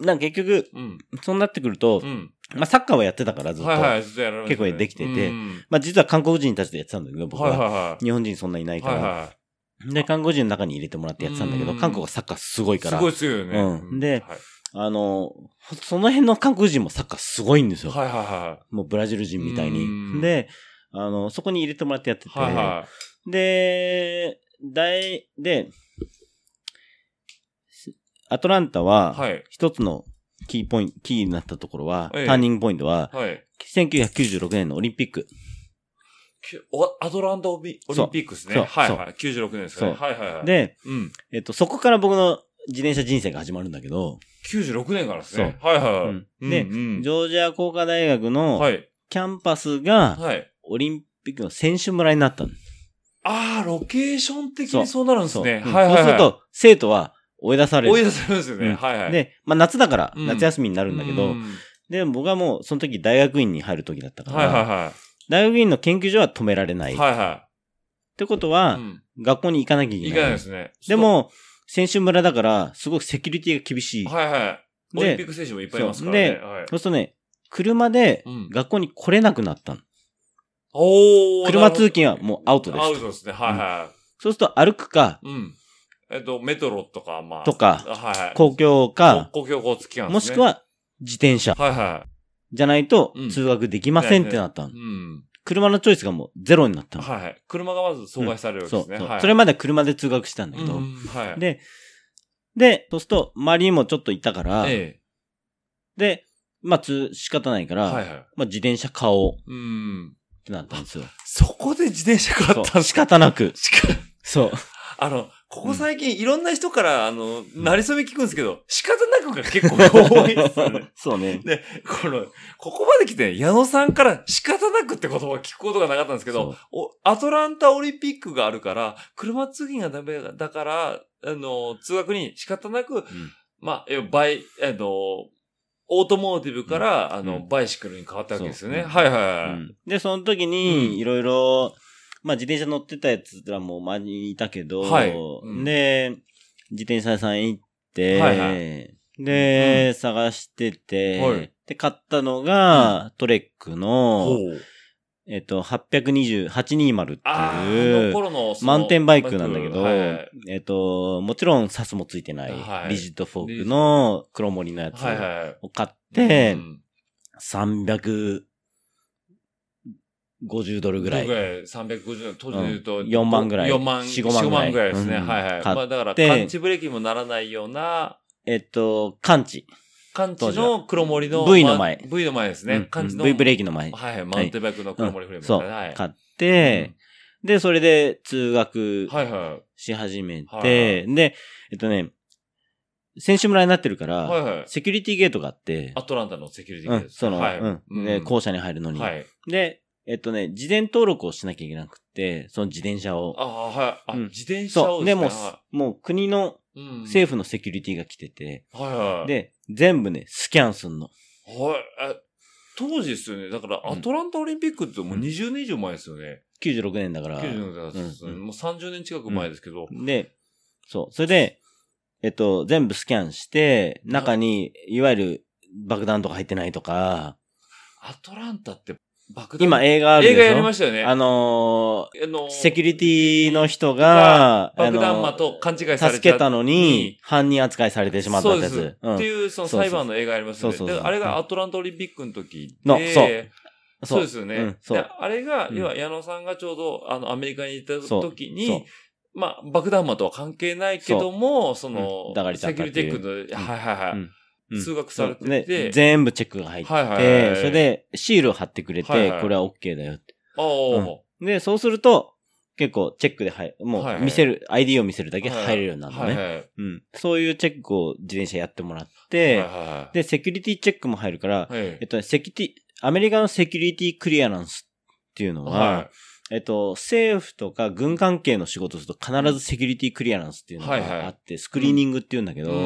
なんか結局、うん、そうなってくると、うん、まあサッカーはやってたからずっと、はいはい、ずっとやられてね、結構できてて、うん、まあ実は韓国人たちでやってたんだけど、僕は。はいはいはい、日本人そんないないから、はいはい。で、韓国人の中に入れてもらってやってたんだけど、韓国はサッカーすごいから。 すごい強いよね。 うん。で、はい、あの、その辺の韓国人もサッカーすごいんですよ。 はいはいはい。 もうブラジル人みたいに。で、あの、そこに入れてもらってやってて、はいはい、で、大、で、アトランタは、一つのキーポイント、キーになったところは、はい、ターニングポイントは、はい、せんきゅうひゃくきゅうじゅうろくねんのオリンピック。 アトランタオリンピックですね。はいはい。きゅうじゅうろくねんですね。はいはいはい。 で、うん、えっと、そこから僕の自転車人生が始まるんだけど、 きゅうじゅうろくねんからですね。はいはいはい。 うん、で、うんうん、ジョージア工科大学のキャンパスが、はい、オリンピックの選手村になったの。 ああ、ロケーション的にそうなるんですね。 そう、はいはいはい、そうすると、生徒は追い出される。 追い出されるんですよね。うん、はいはい。 で、まあ夏だから、夏休みになるんだけど、うん、で、僕はもうその時大学院に入る時だったから、はいはいはい、大学院の研究所は止められない。はいはい。ってことは、うん、学校に行かなきゃいけない。 行かないですね。 でも、選手村だから、すごくセキュリティが厳しい。 はいはい。オリンピック選手もいっぱいいますからね。 で、はい、そうするとね、車で学校に来れなくなったの。 おー。 車通勤はもうアウトです。 アウトですね。はいはい。うん、 そうすると歩くか、 うん。えっと、メトロとか、まあ。 とか、 はいはい。 公共か、 公共交通機関ですね。 もしくは自転車。 はいはい。 じゃないと通学できませんってなったの。うん。車のチョイスがもうゼロになったの。 はいはい。車がまず阻害されるわけですね。 うん、そう、 はい。 それまで車で通学してたんだけど、うん、はい。で、で、そうすると周りにもちょっといたから、ええ、で、まあ、つ、仕方ないから、はいはい、まあ、自転車買おう。うん。ってなったんですよ。 そこで自転車買ったんですか？ 仕方なく。そう。 あの、ここ最近いろんな人から、あの、なりそめ聞くんですけど、仕方なくが結構多いですよね。 そうね。 で、この、ここまで来て、矢野さんから仕方なくって言葉を聞くことがなかったんですけど、おアトランタオリンピックがあるから、車通勤がダメだから、あの、通学に仕方なく、うん、まあ、バイ、あの、オートモーティブから、うん、あの、バイシクルに変わったわけですよね。はいはいはい、うん。 で、その時に、いろいろ、まあ自転車乗ってたやつらも周りにいたけど、はいうん、で、自転車屋さん行って、はいはい、で、うん、探してて、はい、で、買ったのが、うん、トレックの、えっと、はっぴゃくにじゅう、はちひゃくにじゅうっていう、マウンテンバイクなんだけど、はい、えっと、もちろんサスもついてない、はい、リジッドフォークの黒森のやつを買って、はいはい、さんびゃくごじゅうドルぐらい。 ぐらい、さんびゃくごじゅうドル、当時で言うと、 よんまんぐらい。 よんまん、 よん、ごまんぐらい。 よんまんぐらいですね。うん、はいはい。まあだから、感知ブレーキもならないような、 えっと、感知。 感知の黒森の、 V の前。 V の前ですね。感知の。 V ブレーキの前。 はいはい。マウンテンバイクの黒森フレーム。 そう。買って、で、それで通学し始めて、で、えっとね、選手村になってるから、はいはい、セキュリティゲートがあって、 アトランタのセキュリティゲート、 うん、その、はい、うん、で、校舎に入るのに、はい。で、えっとね、事前登録をしなきゃいけなくて、その自転車を。 ああ、はい。あ、うん、自転車をですね。そう、でも、もう国の政府のセキュリティが来てて、うん、はいはい。で、全部ね、スキャンすんの。 はい。当時ですよね。だから、アトランタオリンピックってもうにじゅうねん以上前ですよね。 きゅうじゅうろくねんだから。 きゅうじゅうろくねんだから、うん、もうさんじゅうねん近く前ですけど。 うん、で、そう。それで、えっと、全部スキャンして、中に、いわゆる爆弾とか入ってないとか。 アトランタって爆弾今映画あるでしょ。 映画やりましたよね。 あのー、あのー、セキュリティの人が、 爆弾魔と勘違いされちゃ助けたのに、犯人扱いされてしまったやつ。 そうです。うん、っていう、その裁判の映画ありますよね。そうそうそう。あれがアトランタオリンピックの時の、そう。 そうですよね。うん、そう。あれが、要は矢野さんがちょうど、あの、アメリカにいた時に、まあ、爆弾魔とは関係ないけども、その、うん、セキュリティックの、うん、はいはいはい。うん、通学されてて、 全部チェックが入って、はいはいはい、それでシールを貼ってくれて、はいはい、これは OK だよって。うん、で、そうすると、結構チェックで入る。もう見せる、はいはい、アイディー を見せるだけ入れるようになるのね、はいはいうん。そういうチェックを自転車やってもらって、はいはい、で、セキュリティチェックも入るから、はい、えっとね、セキュリティ、アメリカのセキュリティクリアランスっていうのは、はいえっと、政府とか軍関係の仕事をすると必ずセキュリティクリアランスっていうのがあって、はいはい、スクリーニングっていうんだけど、うん、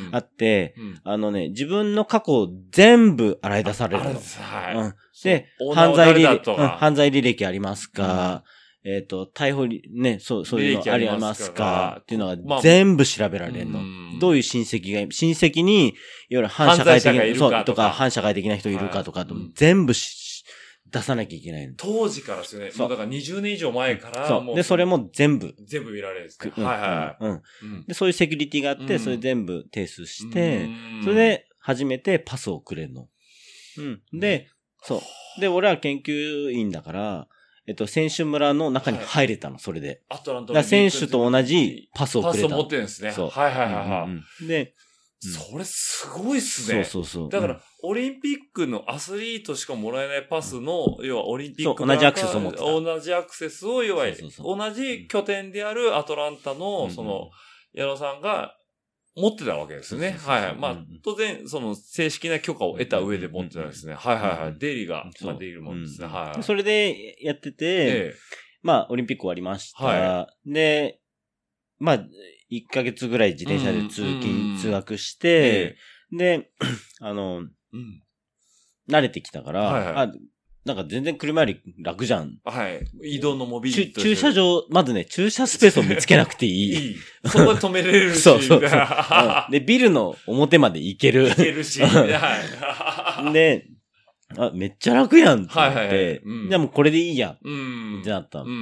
あって、うん、あのね、自分の過去を全部洗い出されるの。はいうん、で、犯罪履歴、うん、犯罪履歴ありますか、うん、えっと、逮捕、ね、そう、そういうのありますかっていうのが全部調べられるの。まあ、どういう親戚が、親戚に、いわゆる反社会的な、そうとか、反社会的な人いるかとか、はい、全部出さなきゃいけないの。 当時からですよね。もうだからにじゅうねん以上前から。 そう。で、それも全部。 全部見られるんですね。はいはい。 うん。で、そういうセキュリティがあって、それ全部提出して、それで初めてパスをくれるの。うん。で、そう。で、俺は研究員だから、えっと、選手村の中に入れたの、それで。 アトランタだ選手と同じパスをくれた。 パスを持ってるんですね。 そう。 はいはいはいはい。 で、 それすごいっすね。 そうそうそう。 だから、オリンピックのアスリートしかもらえないパスの、要はオリンピック同じアクセスを持ってた。 同じアクセスを、要は、同じ拠点であるアトランタの、その、矢野さんが持ってたわけですね。はいはい。まあ、当然、その、正式な許可を得た上で持ってたんですね。はいはいはい。出入りが、まあ、できるもんですね。はい。 それでやってて、まあ、オリンピック終わりました。で、まあ、いっかげつぐらい自転車で通勤、通学して、で、あの、うん、慣れてきたから、はいはい、あ、なんか全然車より楽じゃん。 はい。移動のモビリティ。 駐車場、まずね、駐車スペースを見つけなくていい。 いい。そこで止めれるし。 そうそうそう、うん。で、ビルの表まで行ける。 行けるし。はい。 で、あ、めっちゃ楽やんって思って、はいはいはいうん、じゃあもうこれでいいやん。うん。ってなった。うん。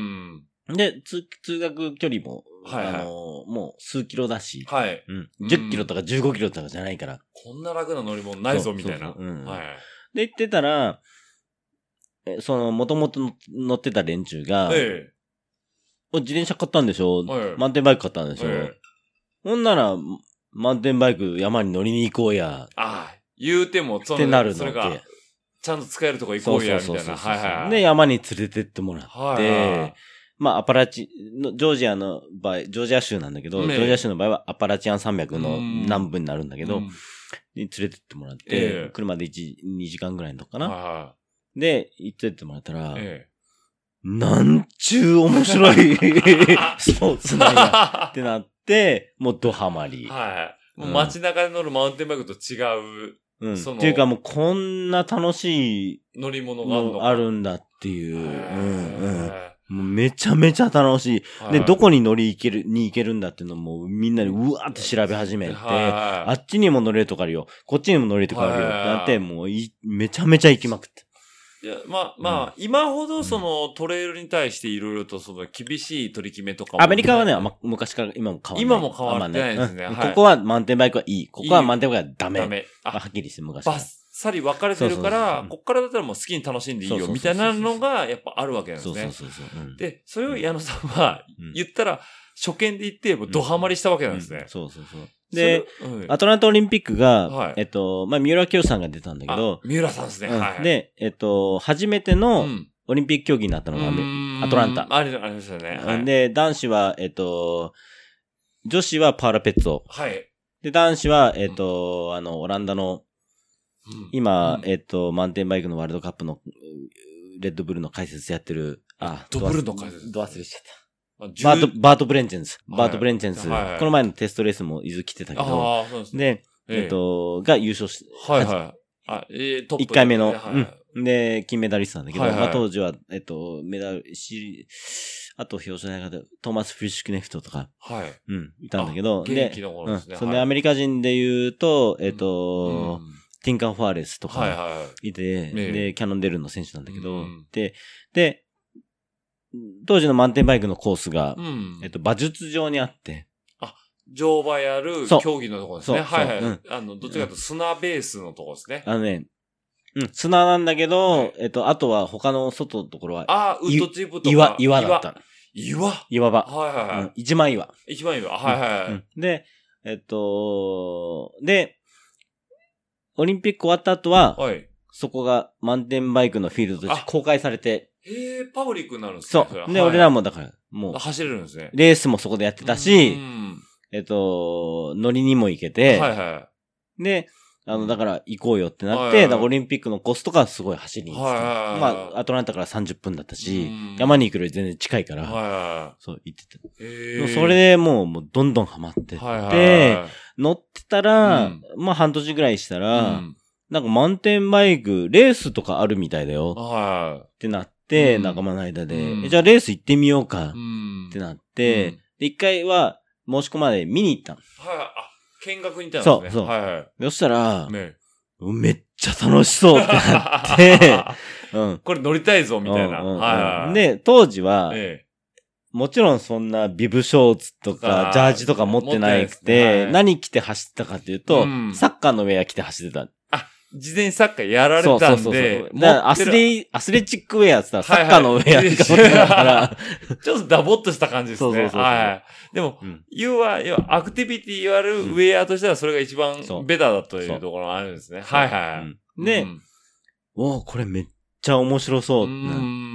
で、通、通学距離も、はいはい、あのー、もう数キロだし、はい。うん。じゅっキロとかじゅうごキロとかじゃないから。 こんな楽な乗り物ないぞ、みたいな。そうそうそううん、はい。 で、言ってたら、その、もともと乗ってた連中が、ええ、自転車買ったんでしょ、ええ、マウンテンバイク買ったんでしょ、ええ、ほんなら、マウンテンバイク山に乗りに行こうや。 ああ、言うても、 その、ってなるのそれが、ちゃんと使えるとこ行こうや、みたいな。はいはい。 で、山に連れてってもらって、はいはい、まあ、アパラチ、ジョージアの場合、ジョージア州なんだけど、ね、ジョージア州の場合はアパラチアン山脈の南部になるんだけど、に連れてってもらって、えー、車でいち、にじかんぐらいのとこかな。はい、で、行ってってもらったら、えー、なんちゅう面白いスポーツなんやってなって、もうドハマり。 はい。もう街中で乗るマウンテンバイクと違う。 うん。っていうかもうこんな楽しい乗り物があるのあるんだっていう。うんうん。もうめちゃめちゃ楽しい。はい、で、どこに乗り行ける、に行けるんだっていうのもみんなでうわーって調べ始めて、はい、あっちにも乗れるとかあるよ。こっちにも乗れるとかあるよ。はい、なんてもうい、めちゃめちゃ行きまくって。 いや、まあ、まあ、うん、今ほどそのトレイルに対していろいろとその厳しい取り決めとかも、ね。 アメリカはね、ま、昔から今も変わらない。 今も変わってないですね。 ねうんはい、ここはマウンテンバイクはいい。ここはマウンテンバイクはダメ。ダメ。あ、はっきりして昔バス、 さり分かれてるから、こっからだったらもう好きに楽しんでいいよ、みたいなのがやっぱあるわけなんですね。そうそうそうそう、うん、で、それを矢野さんは言ったら、初見で言って、ドハマりしたわけなんですね。うんうん、そうそうそう。 で、うん、アトランタオリンピックが、はい、えっと、まあ、三浦清さんが出たんだけど、 三浦さんですね。 うん、 はい。 で、えっと、初めてのオリンピック競技になったのが、うん、アトランタ。 ありましたね。はい、 で、男子は、えっと、女子はパウラ・ペッツォ。 はい。 で、男子は、えっと、うん、あの、オランダの、うん、今、うん、えっと、マウンテンバイクのワールドカップの、レッドブルの解説やってる、 あ、レッドブルの解説。 ど忘れしちゃった。バート、バート・ブレンチェンス。バート・ブレンチェンス。はい、この前のテストレースも伊豆来てたけど。あそうですね、で、えっ、ー、と、が優勝して。 はいはい。あ、えー、トップ。 いっかいめの、はい、うん。で、金メダリストなんだけど、はいはい、まあ当時は、えっ、ー、と、メダル、し、あと表彰台方、トーマス・フィッシュクネフトとか。 はい。 うん、いたんだけど。 で、現役の頃ですね。 うん。それでアメリカ人で言うと、えっ、ー、と、うん、ティンカー・ファーレスとか、いて、はいはい、で、キャノンデルの選手なんだけど、うん、で、で、当時のマウンテンバイクのコースが、うん、えっと、馬術場にあって。 あ、乗馬やる競技のところですね。はいはい。うん、あの、どっちかというと砂ベースのところですね。 あのね、うん、砂なんだけど、はい、えっと、あとは他の外のところは、 あ、ウッドチップとか。 岩、岩だった。 岩岩場。 はいはいはい。うん、 一番岩。 一番岩。はいはいはい。うん、 で、えっと、で、オリンピック終わった後は、はい、そこがマウンテンバイクのフィールドとして公開されて、 へえ、パブリックになるんですね。 そう。で、はい、俺らもだから、もう。 走れるんですね。 レースもそこでやってたし、えっと、乗りにも行けて、はいはい。で、あの、だから行こうよってなって、はいはい、だからオリンピックのコースとかすごい走りに行って、はいはいはい、まあ、アトランタからさんじゅっぷんだったし、山に行くより全然近いから、はいはい、そう、行ってた。へそれでもう、もうどんどんハマってって、はいはいはい、乗ってたら、うん、まあ半年ぐらいしたら、うん、なんかマウンテンバイク、レースとかあるみたいだよ、はい、ってなって、で、仲間の間で、うん、じゃあレース行ってみようか、ってなって、うん、で、一回は申し込まで見に行ったの。 はい、あ、見学に行ったんですね。 そう、そう。 はいはい。 そしたら、ね、めっちゃ楽しそうってなって、 うん、これ乗りたいぞ、みたいな。うんうんうん、 はいはい。で、当時は、ええ、もちろんそんなビブショーツとか、ジャージとか持ってなくて、ねはい、何着て走ったかっていうと、うん、サッカーのウェア着て走ってた。 事前にサッカーやられたんで。そうそうそう。 だからアスレ、アスレチックウェアって言ったら、サッカーのウェアって持ってたから。 ちょっとダボっとした感じですね。そうそうそうそう。はい。でも、うん、要は、要は、アクティビティ言われるウェアとしては、それが一番ベタだというところがあるんですね。はいはい。 うん、で、うん、おーこれめっちゃ面白そうってなって、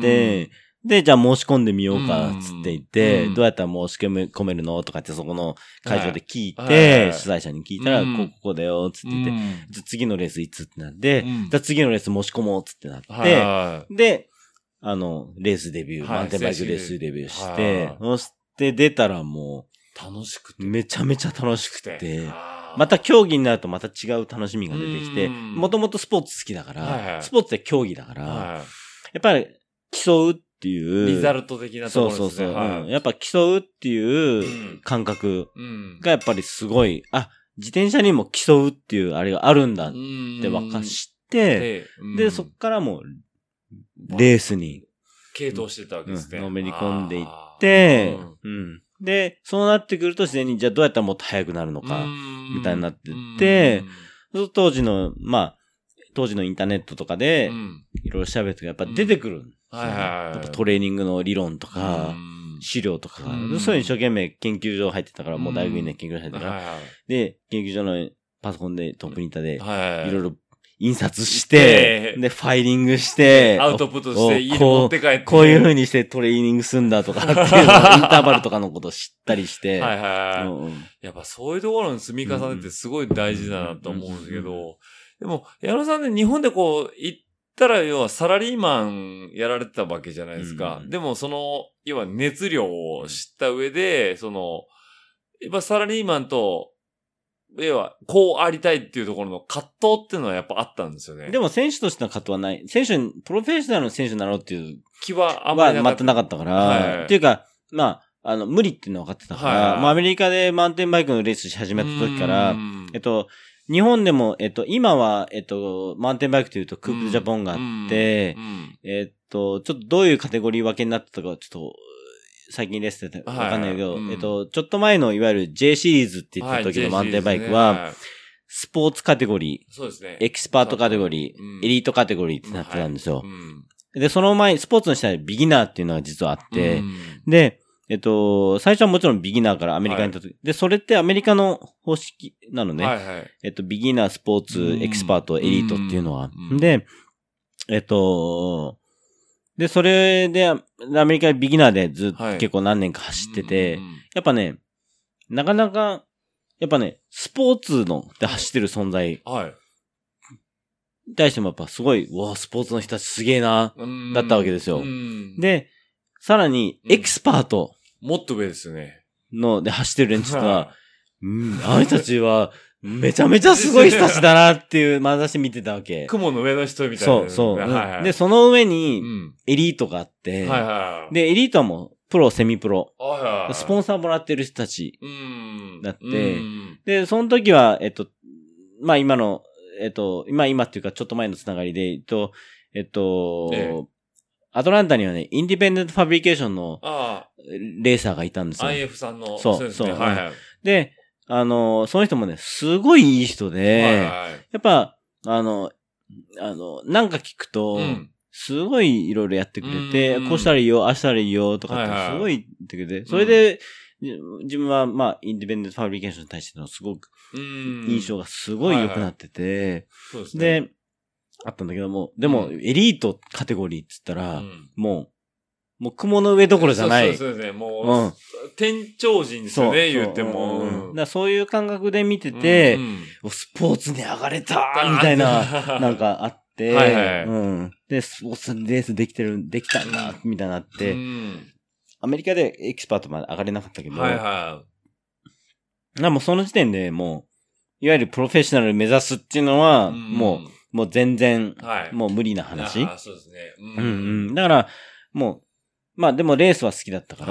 で、じゃあ申し込んでみようか、つって言って、うん、どうやったら申し込めるのとかってそこの会場で聞いて、はい、主催者に聞いたら、うん、こここだよ、つって言って、うん、じゃあ次のレースいつってなって、うん、じゃあ次のレース申し込もう、つってなって、はい、で、あの、レースデビュー、はい、マウンテンバイクレースデビューして、はい、そして出たらもう、楽しくて。 めちゃめちゃ楽しくて、また競技になるとまた違う楽しみが出てきて、もともとスポーツ好きだから、はい、スポーツって競技だから、はい、やっぱり競うっていう。 リザルト的なところですね。そうそうそう。 はいうん、やっぱ競うっていう感覚がやっぱりすごい、あ、自転車にも競うっていうあれがあるんだって分かして、で、そっからもう、レースに。 傾倒してたわけですね。 うん、のめり込んでいって、うん、で、そうなってくると自然に、じゃあどうやったらもっと速くなるのか、みたいになってって、当時の、まあ、当時のインターネットとかで、いろいろ調べるとやっぱ出てくる。はいはいはい、やっぱトレーニングの理論とか、資料とか、そういう一生懸命研究所入ってたから、もう大学院で研究所入ってたから、で、研究所のパソコンでトップニンタで、いろいろ印刷して、で、ファイリングして、 アウトプットして家に持って帰って、 こういう風にしてトレーニングすんだとかっていうのをインターバルとかのことを知ったりして。はいはい、 うん。やっぱそういうところの積み重ねってすごい大事だなと思うんですけど、でも、矢野さんね、日本でこう、行ったら要はサラリーマンやられてたわけじゃないですか。うん、でもその、要は熱量を知った上で、その、やっぱサラリーマンと、要は、こうありたいっていうところの葛藤っていうのはやっぱあったんですよね。 でも選手としての葛藤はない。選手に、プロフェッショナルの選手になろうっていう気はあんまりなかった。 全くなかったから、はい、っていうか、まあ、あの、無理っていうのは分かってたから、はい、まあアメリカでマウンテンバイクのレースし始めた時から、えっと、日本でも、えっと、今は、えっと、マウンテンバイクというと、クープジャポンがあって、うんうん、えっと、ちょっとどういうカテゴリー分けになってたか、ちょっと、最近レースってわかんないけど、はいうん、えっと、ちょっと前のいわゆる J シリーズって言った時のマウンテンバイクは、はいねはい、 スポーツカテゴリー、 そうですね。 エキスパートカテゴリー、うん、エリートカテゴリーってなってたんですよ。はいうん、で、その前にスポーツの下にビギナーっていうのが実はあって、うん、で、えっと、最初はもちろんビギナーからアメリカに行った時、はい、で、それってアメリカの方式なのね。はいはい、えっと、ビギナー、スポーツ、エキスパート、エリートっていうのは。で、えっと、で、それで、アメリカビギナーでずっと結構何年か走ってて、はい、やっぱね、なかなか、やっぱね、スポーツので走ってる存在。はい。に対してもやっぱすごい、うわ、スポーツの人たちすげえな、だったわけですよ。で、さらに、エキスパート。 もっと上ですよね。 の、で走ってる連中は、うん、あの人たちは、めちゃめちゃすごい人たちだなっていう、まざして見てたわけ。 雲の上の人みたいな、 ね。そう、そう、はいはい。で、その上に、エリートがあって、はいはい、で、エリートはもう、プロ、セミプロ。はいはい、スポンサーもらってる人たち。だって、で、その時は、えっと、まあ今の、えっと、今、今っていうかちょっと前のつながりで、えっと、えっと、ええ、アトランタにはね、インディペンデントファブリケーションのレーサーがいたんですよ。 アイエフ さんの。 そう、そうですね。そうはいはい。で、あの、その人もね、すごいいい人で、はいはい、やっぱ、あの、あの、なんか聞くと、うん、すごいいろいろやってくれて、こうしたらいいよ、ああしたらいいよ、とかってすごい言ってくれて、はいはい、それで、うん、自分は、まあ、インディペンデントファブリケーションに対してのすごく、印象がすごい良くなってて、はいはい、そうですね。で、あったんだけども、でも、うん、エリートカテゴリーって言ったら、うん、もう、もう雲の上どころじゃない。 そうそうですね。もう、うん、天頂人ですよね、言っても。 うんうん、だからそういう感覚で見てて、うんうん、スポーツに上がれたみたいな、なんかあって、はいはいうん、で、スポーツレースできてる、できたんだ、みたいなって、うん、アメリカでエキスパートまで上がれなかったけど、はいはい、もうその時点でもう、いわゆるプロフェッショナル目指すっていうのは、うん、もう、もう全然、はい、もう無理な話。 あそうですね。 うんうん、だから、もう、まあでもレースは好きだったから、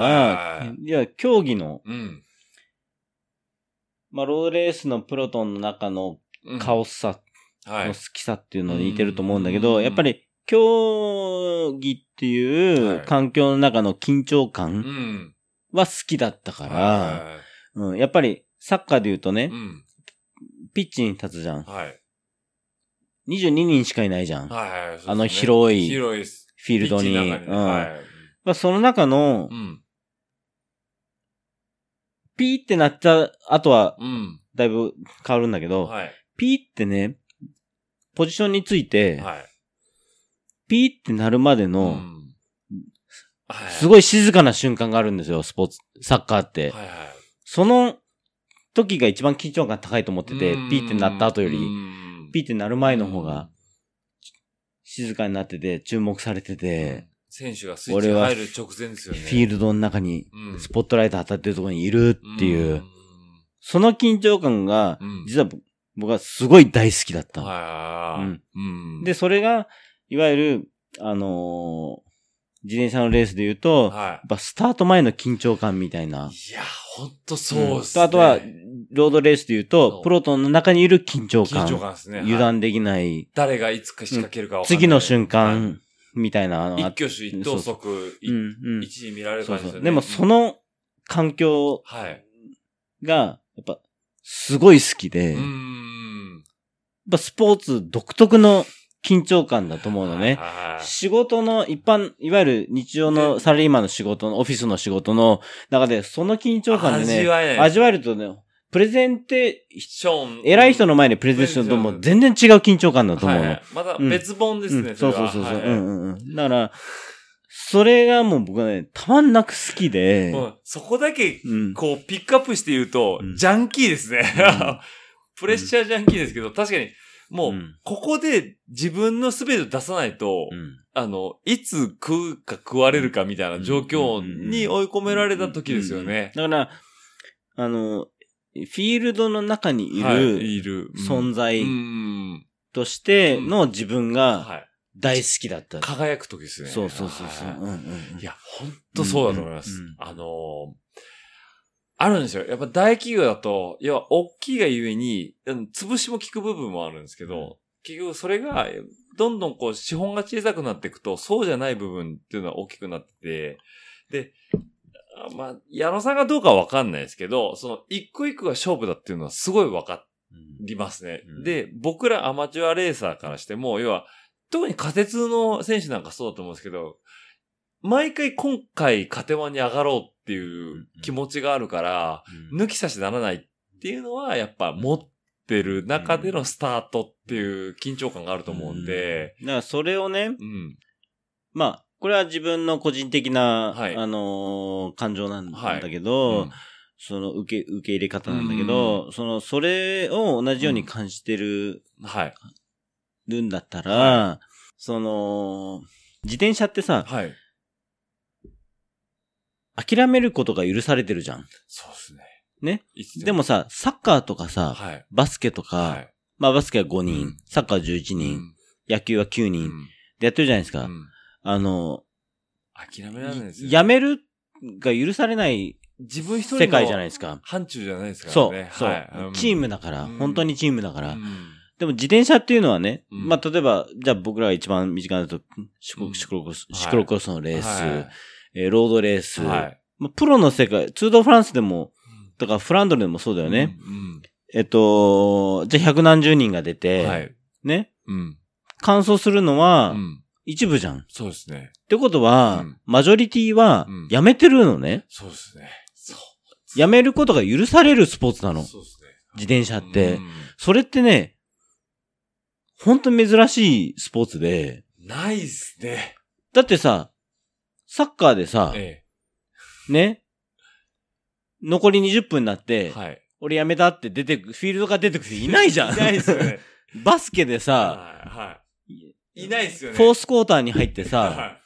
いや、競技の、うん、まあロードレースのプロトンの中のカオスさの好きさっていうのに似てると思うんだけど、はい、やっぱり競技っていう環境の中の緊張感は好きだったから、はいうん、やっぱりサッカーで言うとね、うん、ピッチに立つじゃん。はい、にじゅうににんしかいないじゃん。はいはいね、あの広いフィールドに。にねうんはいまあ、その中の、うん、ピーってなった後は、だいぶ変わるんだけど、うんはい、ピーってね、ポジションについて、はい、ピーってなるまでの、うんはい、すごい静かな瞬間があるんですよ、スポーツ、サッカーって。はいはい、その時が一番緊張感高いと思ってて、ピーってなった後より、ピーってなる前の方が、静かになってて、注目されてて、 選手がスイッチ入る直前ですよね。 フィールドの中に、スポットライト当たってるところにいるっていう、うん、その緊張感が、実は僕はすごい大好きだった。うんうん、で、それが、いわゆる、あのー、自転車のレースで言うと、はい、やっぱスタート前の緊張感みたいな。 いや、ほんとそうですね。うん、あとは、ロードレースで言うと、プロトンの中にいる緊張感。緊張感ですね。油断できない。はい、 誰がいつか仕掛けるか分かんない。 次の瞬間、はいみたいな。 一挙手一投足、うんうん、一時見られる感じですよね。 そうそうでもその環境が、やっぱ、すごい好きで、うん、やっぱスポーツ独特の緊張感だと思うのね。仕事の一般、いわゆる日常のサラリーマンの仕事の、オフィスの仕事の中で、その緊張感でね、味わえない味わえるとね、プレゼンテーション。偉い人の前でプレゼンテーションとも全然違う緊張感だと思うの。はいはい、 まだ別本ですね、 うん、そ, そうそうそうそう、はいうんうん。だから、それがもう僕はね、たまんなく好きで。 うん、そこだけ、こう、ピックアップして言うと、うん、ジャンキーですね。うん、プレッシャージャンキーですけど、確かに、もう、ここで自分の全てを出さないと、うん、あの、いつ食うか食われるかみたいな状況に追い込められた時ですよね。 だから、あの、フィールドの中にいる、はい、いる存在としての自分が大好きだった。 輝く時ですね。 そうそうそうそう、うんうん。 いや、ほんとそうだと思います。うんうん、あの、あるんですよ。やっぱ大企業だと、要は大きいがゆえに、潰しも効く部分もあるんですけど、うん、結局それが、どんどんこう資本が小さくなっていくと、そうじゃない部分っていうのは大きくなってて、で、まあ、矢野さんがどうかはわかんないですけど、その、一個一個が勝負だっていうのはすごいわかっりますね。 うん、 で、僕らアマチュアレーサーからしても、要は、特に仮鉄の選手なんかそうだと思うんですけど、毎回今回カテワンに上がろうっていう気持ちがあるから、うん、抜き差しならないっていうのはやっぱ持ってる中でのスタートっていう緊張感があると思うんで。 うん、だからそれをね、 うん、 まあ、これは自分の個人的な、 はい、 あのー、感情なんだけど、はいうん、その受け、受け入れ方なんだけど、その、それを同じように感じてる、 うん、はい。 るんだったら、 はい、 その、自転車ってさ、 はい。 諦めることが許されてるじゃん。 そうですね。 ね。でもさ、サッカーとかさ、はい、バスケとか、はい、まあバスケはごにん、うん、サッカーじゅういちにん、うん、野球はきゅうにん、うん、でやってるじゃないですか。うん、あの、 諦められないですよね。 やめるが許されない自分一人の世界じゃないですか。 範疇じゃないですからね。 そう、そう、 はいうん。チームだから、うん、本当にチームだから。 うん、 でも自転車っていうのはね、 うん、 まあ例えば、じゃあ僕らが一番身近だと、シクロ、シクロクロス、シクロクロスのレース、はいえー、ロードレース、はいまあ、プロの世界、ツードフランスでも、とかフランドルでもそうだよね。 うんうん、 えっと、じゃあ百何十人が出て、 はい、 ね、 うん。 完走するのは、一部じゃん。 そうですね。 ってことは、うん、マジョリティは、やめてるのね、 うん。そうですね。そうやめることが許されるスポーツなの。 そうですね。 自転車って、 うん。 それってね、本当に珍しいスポーツで。 ないっすね。 だってさ、サッカーでさ、 ええ、ね、残りにじゅっぷんになって、 はい、 俺やめたって出てく、フィールドが出てくる人いないじゃん。 いないっすね。 バスケでさ、 はい、はい。いないっすよね。 フォースクォーターに入ってさ、 はい、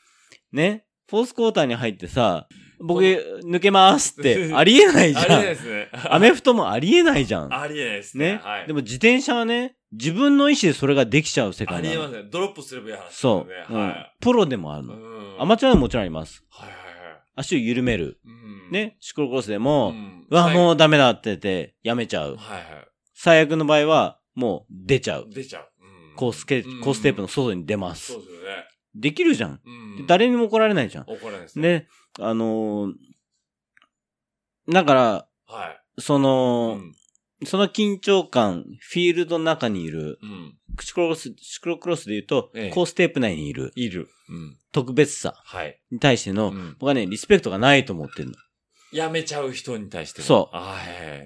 ね、フォースクォーターに入ってさ、僕抜けますってありえないじゃん。 ありえないですね。 アメフトもありえないじゃん。 ありえないですね。 ね、 はい。 でも自転車はね、自分の意思でそれができちゃう世界なの。 ありえますね。ドロップすればいい話ですね。 そう、 はい、 うん。プロでもあるの。 うん、 アマチュアでももちろんあります。 はいはいはい。 足を緩める。 うん、 ね、シクロクロスでも、 うん、 うわ、もうダメだって言ってやめちゃう。 はいはい。 最悪の場合は、もう出ちゃう。 出ちゃう。 うん、コースケ、コーステープの外に出ます。 そうですよね。 できるじゃん。 うん、 誰にも怒られないじゃん。 怒られないですね。 で、あのー、だから、 はい、 その、 うん、 その緊張感、フィールドの中にいる、 うん、 シクロクロス、シクロクロスで言うと、 ええ、 コーステープ内にいる。 いる。うん、 特別さ。 はい。 に対しての、 うん、 僕はね、リスペクトがないと思ってるの。 やめちゃう人に対して。 そう。 あ、はい。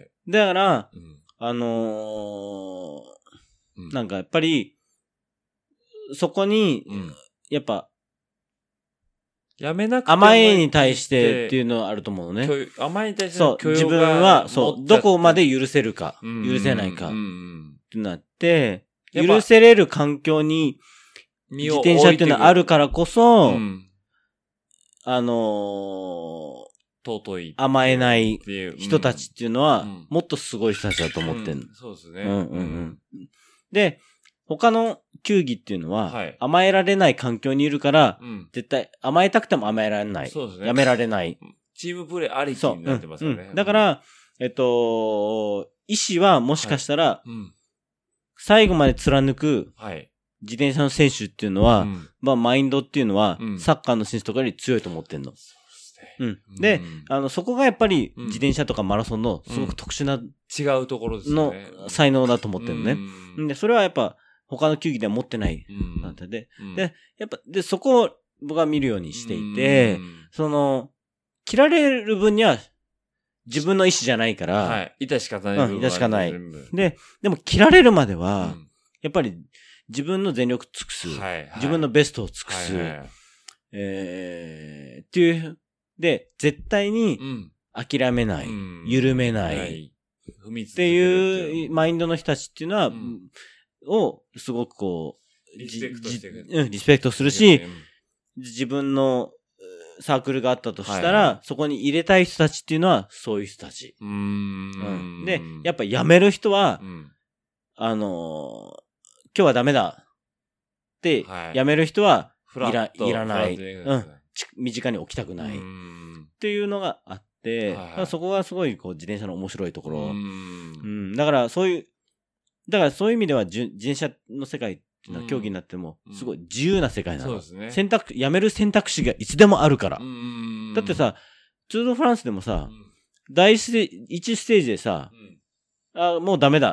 だから、 うん、 あのーうん、なんかやっぱり、そこに、うん、やっぱ、 やめなくても甘えに対してっていうのはあると思うのね。 甘えに対しての許容がそう、自分は、そう、どこまで許せるか、許せないか、ってなって、許せれる環境に、自転車っていうのはあるからこそ、うん、あのー、 尊い。 甘えない人たちっていうのは、うん、もっとすごい人たちだと思ってんの。 うん、そうですね。 うんうんうん。で、他の球技っていうのは、はい、甘えられない環境にいるから、うん、絶対甘えたくても甘えられない。 そうですね。 やめられない。 チームプレーありきになってますよね。 うんうん、だから、えっと、意志はもしかしたら、はいうん、最後まで貫く、自転車の選手っていうのは、はい、まあマインドっていうのは、うん、サッカーの選手とかより強いと思ってんの。うん。で、あの、そこがやっぱり、自転車とかマラソンの、すごく特殊な、 違うところですね。 の才能だと思ってるのね。で、それはやっぱ、他の球技では持ってない。なんてで、うん、で、やっぱ、で、そこを僕は見るようにしていて、その、切られる分には、自分の意思じゃないから、 はい。致し方ない。 うん、致し方ない。で、でも切られるまでは、うん、やっぱり自分の全力尽くす。はいはい、自分のベストを尽くす。はいはい、えー、っていう、で、絶対に、諦めない。うん、緩めない。はい、踏みつけるっていうマインドの人たちっていうのは、うんを、すごくこう、リスペクトしてる。 うん、リスペクトするし、自分のサークルがあったとしたら、はいはい、そこに入れたい人たちっていうのは、そういう人たち。 うーんうん、で、やっぱ辞める人は、うん、あのー、今日はダメだって、はい、辞める人はいら、いらない。うん。身近に置きたくない。っていうのがあって、はいはい、そこがすごいこう自転車の面白いところ。うんうん、だからそういう、だからそういう意味では自転車の世界っていうのは競技になってもすごい自由な世界なの。 そうですね。 選択、やめる選択肢がいつでもあるから。うんだってさ、ツードフランスでもさ、うん、第一ステージでさ、うん、あもうダメだ。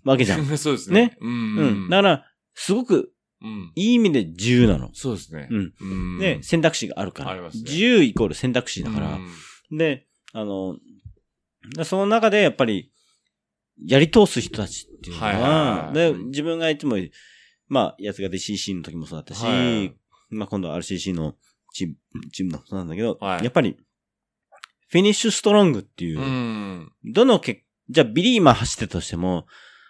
わけじゃん。 そうですね。 ね。うん。うん。だから、すごく、いい意味で自由なの。 そうですね。 うん。うんで、選択肢があるから。 ありますね。 自由イコール選択肢だから。で、あの、その中でやっぱり、やり通す人たちっていうのは、はいはいはい、で自分がいつも、まあ、やつがで シーシー の時もそうだったし、はい、まあ今度は アールシーシー のチーム、チームのことなんだけど、はい、やっぱり、フィニッシュストロングっていう、うん、どのけ、じゃあビリーマン走ってたとしても、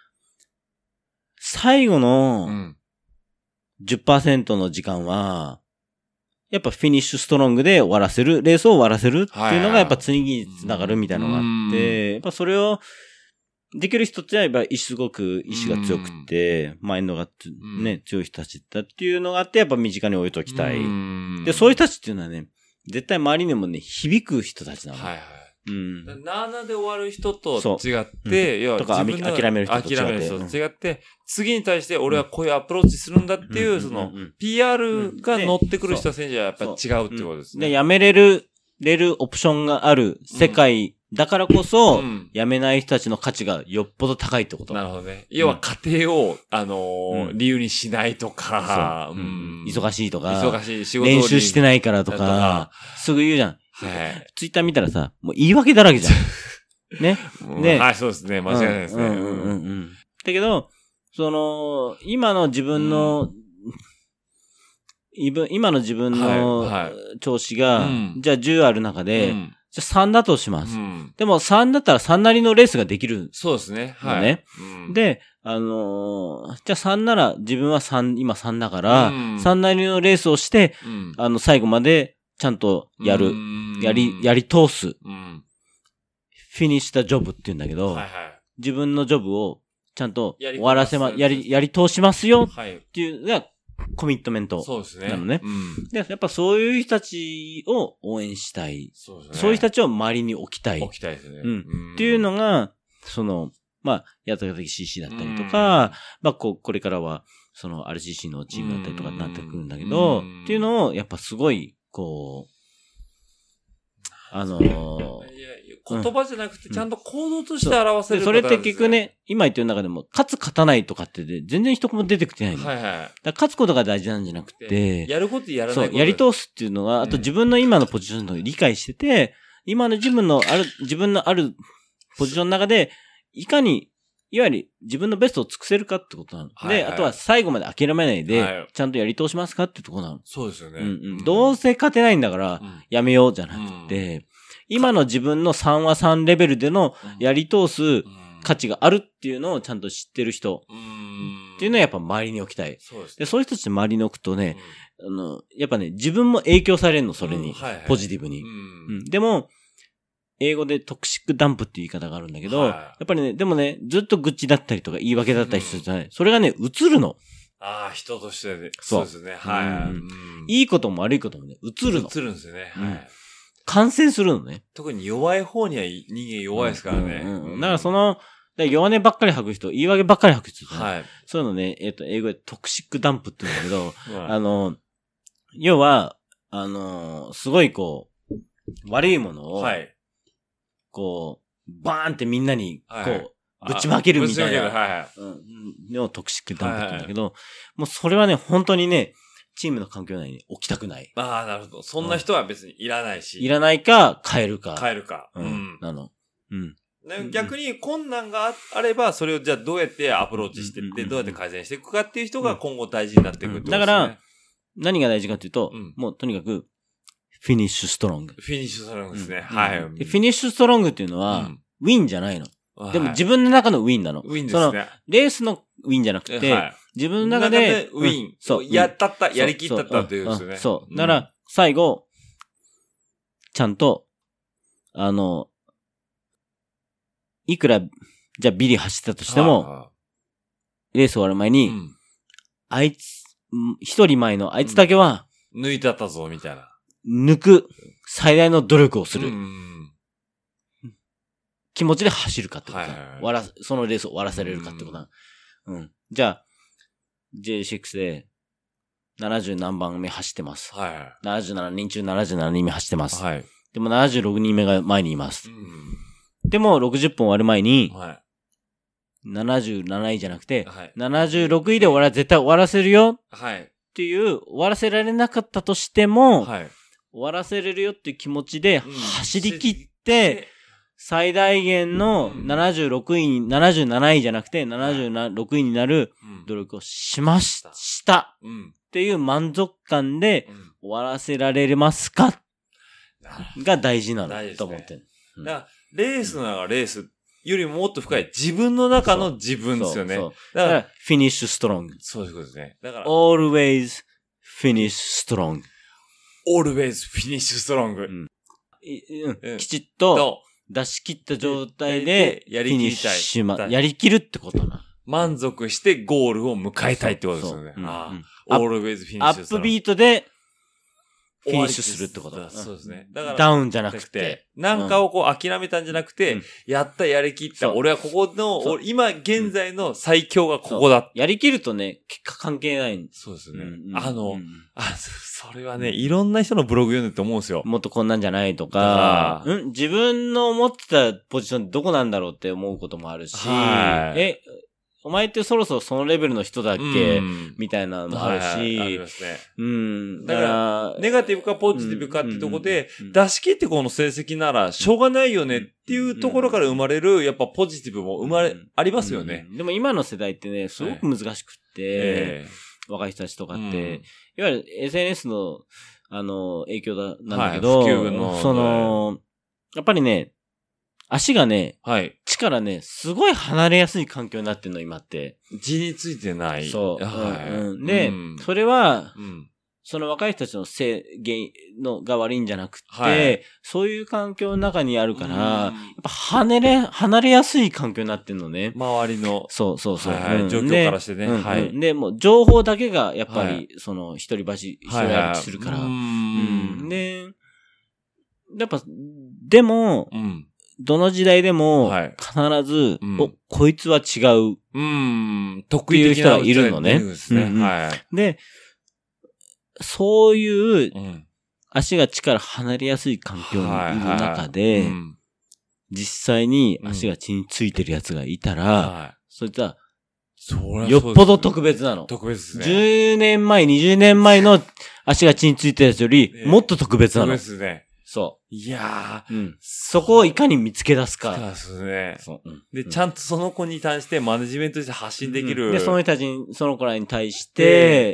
最後の じゅっパーセント の時間は、やっぱフィニッシュストロングで終わらせる、レースを終わらせるっていうのがやっぱ次につながるみたいなのがあって、やっぱそれをできる人ってやっぱすごく意志が強くて、マインドがね、強い人たちだっていうのがあって、やっぱ身近に置いときたい。で、そういう人たちっていうのはね、絶対周りにもね、響く人たちなの。はいはい。うん。なあなで終わる人と違って、 うん、要は自分の諦める人と違って。諦める人と違って、次に対して俺はこういうアプローチするんだっていう、その、ピーアール が乗ってくる人たちはやっぱ違うってことですね。 で、やめれる、れるオプションがある世界だからこそ、やめない人たちの価値がよっぽど高いってこと。 なるほどね。要は家庭を、あの、理由にしないとか、 忙しいとか、 忙しい仕事練習してないからとか、すぐ言うじゃん。はい。ツイッター見たらさ、もう言い訳だらけじゃん。ね。 ね。はい、そうですね。間違いないですね。うんうんうん。 だけど、その、今の自分の、今の自分の調子が、じゃあじゅうある中で、じゃあさんだとします。でもさんだったらさんなりのレースができる。 そうですね。 はい。で、あのー、じゃあさんなら自分はさん、今さんだから、さんなりのレースをして、あの、最後まで、ちゃんとやる。やり、やり通す。うん、フィニッシュしたジョブって言うんだけど、はいはい、自分のジョブをちゃんと終わらせま、やり、やり通しますよっていうのがコミットメントなのね。うん、で、やっぱそういう人たちを応援したい。そうですね。そういう人たちを周りに置きたい。 置きたいですね。 うん。っていうのが、その、まあ、やつが的 シーシー だったりとか、まあ、こ、これからは、その アールシーシー のチームだったりとかになってくるんだけど、っていうのを、やっぱすごい、こう、あのー、いや言葉じゃなくてちゃんと行動として表せる、 ね、それって結局ね、今言ってる中でも、勝つ勝たないとかってで、全然一言も出てきてないの。はいはい。だから勝つことが大事なんじゃなくて、 やることやらないこと。 そう、やり通すっていうのは、あと自分の今のポジションを理解してて、今の自分のある、自分のあるポジションの中で、いかに、いわゆる自分のベストを尽くせるかってことなの。はいはい、で、あとは最後まで諦めないで、はい、ちゃんとやり通しますかってとこなの。 そうですよね。 うんうん。どうせ勝てないんだから、やめようじゃなくて、うん、今の自分のさんはさんレベルでのやり通す価値があるっていうのをちゃんと知ってる人っていうのはやっぱ周りに置きたい。そうですね。で、そういう人たち周りに置くとね、うん、あの、やっぱね、自分も影響されるの、それに。うんはいはい、ポジティブに、うんうん。でも、英語でトクシックダンプっていう言い方があるんだけど、はい、やっぱりね、でもね、ずっと愚痴だったりとか言い訳だったりするじゃない、うん、それがね、映るの。 ああ、人としてね。そうですね。はい、うん。 いいことも悪いこともね、映るの。 映るんですよね。はい。 感染するのね。 特に弱い方には人間弱いですからね。 うんうんうん、だからその、弱音ばっかり吐く人、言い訳ばっかり吐く人、ね。はい。そういうのね、えっと、英語でトクシックダンプって言うんだけど、はい、あの、要は、あの、すごいこう、悪いものを、はい。こう、バーンってみんなに、こう、はい、ぶちまけるみたいな、はいはい、うん、のトクシックダンプって言うんだけど、はいはい、もうそれはね、本当にね、チームの環境内に置きたくない。 ああ、なるほど。そんな人は別にいらないし。 いらないか、変えるか。 変えるか。 うん。なの。うん。逆に困難があれば、それをじゃあどうやってアプローチしていって、どうやって改善していくかっていう人が今後大事になっていくってことですね。 だから、何が大事かっていうと、もうとにかく、フィニッシュストロング。 フィニッシュストロングですね。はい。フィニッシュストロングっていうのは、ウィンじゃないの。でも自分の中のウィンなの。 ウィンですね。その、 レースのウィンじゃなくて、自分の中で、 ウィン。そう。やったった、やりきったったっていうですよね。 そう。だから、最後、ちゃんと、あの、いくら、じゃあビリ走ったとしても、レース終わる前に、あいつ、一人前のあいつだけは、 抜いてったぞ、みたいな。 抜く、最大の努力をする。気持ちで走るかってことだ。終わら、そのレースを終わらせられるかってことだ。うん。じゃあ、ジェイシックス で、ななじゅう何番目走ってます。はい。ななじゅうななにん中ななじゅうななにんめ走ってます。はい。でもななじゅうろくにんめが前にいます。うん。でもろくじゅっぽん終わる前に、はい。 ななじゅうなないじゃなくて、 はい、 ななじゅうろくいで終わら、絶対終わらせるよ。 はい。 っていう、終わらせられなかったとしても、 はい。 終わらせれるよっていう気持ちで、走り切って、最大限のななじゅうろくいに、ななじゅうなないじゃなくて、ななじゅうろくいになる努力をしまし、した。っていう満足感で終わらせられますかが大事なのと思ってる。 だから、レースならレースよりももっと深い自分の中の自分ですよね。 そうそうだから、フィニッシュストロング。 そういうことですね。だから、 always finish strong. always finish strong. うんうん、きちっと出し切った状態でやりきりたい。 しま、やりきるってことな。 満足してゴールを迎えたいってことですよね。ああ、always finish strong. アップビートでフィニッシュするってことだ。 そうですね。だから、 ダウンじゃなくて。 なんかをこう諦めたんじゃなくて、うん、やった、やりきった。俺はここの、今現在の最強がここだ。 やりきるとね、結果関係ないんそうですね。うん、あの、うん、あ、それはね、いろんな人のブログ読んでて思うんですよ。 もっとこんなんじゃないとか、うん、自分の思ってたポジションどこなんだろうって思うこともあるし、はい、え、お前ってそろそろそのレベルの人だっけ、うん、みたいなのもあるし、はい、ありますね。うん。だから、 ネガティブかポジティブかっていうところで、出し切ってこの成績ならしょうがないよねっていうところから生まれる、やっぱポジティブも生まれ、ありますよね、 うん。でも今の世代ってね、すごく難しくって、えー、若い人たちとかって、うん、いわゆる エスエヌエス の、あの、影響だ、なんだけど、はい、普及のその、やっぱりね、足がね、はい。地からね、すごい離れやすい環境になってんの、今って。 地についてない。 そう。はい。うん、で、うん、それは、うん、その若い人たちのせい、原因のが悪いんじゃなくて、はい、そういう環境の中にあるから、うん、やっぱ離れ、離れやすい環境になってんのね。 周りの。 そうそうそう。 はいはいうん、状況からしてね。はい。 で、もう情報だけが、やっぱり、はい、その、一人走、一人歩きするから。はいはい、うん。で、やっぱ、でも、うんどの時代でも、必ず、はい、お、こいつは違う。うん。 得意的な人がいるのね。ですね。うんうん、はい。で、そういう、足が地から離れやすい環境にいる中で、はいはいうん、実際に足が地についてるやつがいたら、はい、そいつは、よっぽど特別なの。 特別ですね。 じゅうねんまえ、にじゅうねんまえの足が地についてるやつより、もっと特別なの。 特別ですね。 そう。 いやー、うん。 そこをいかに見つけ出すか。 そうですね。そう。うん、で、ちゃんとその子に対してマネジメントして発信できる。 うん、で、その人たちに、その子らに対して、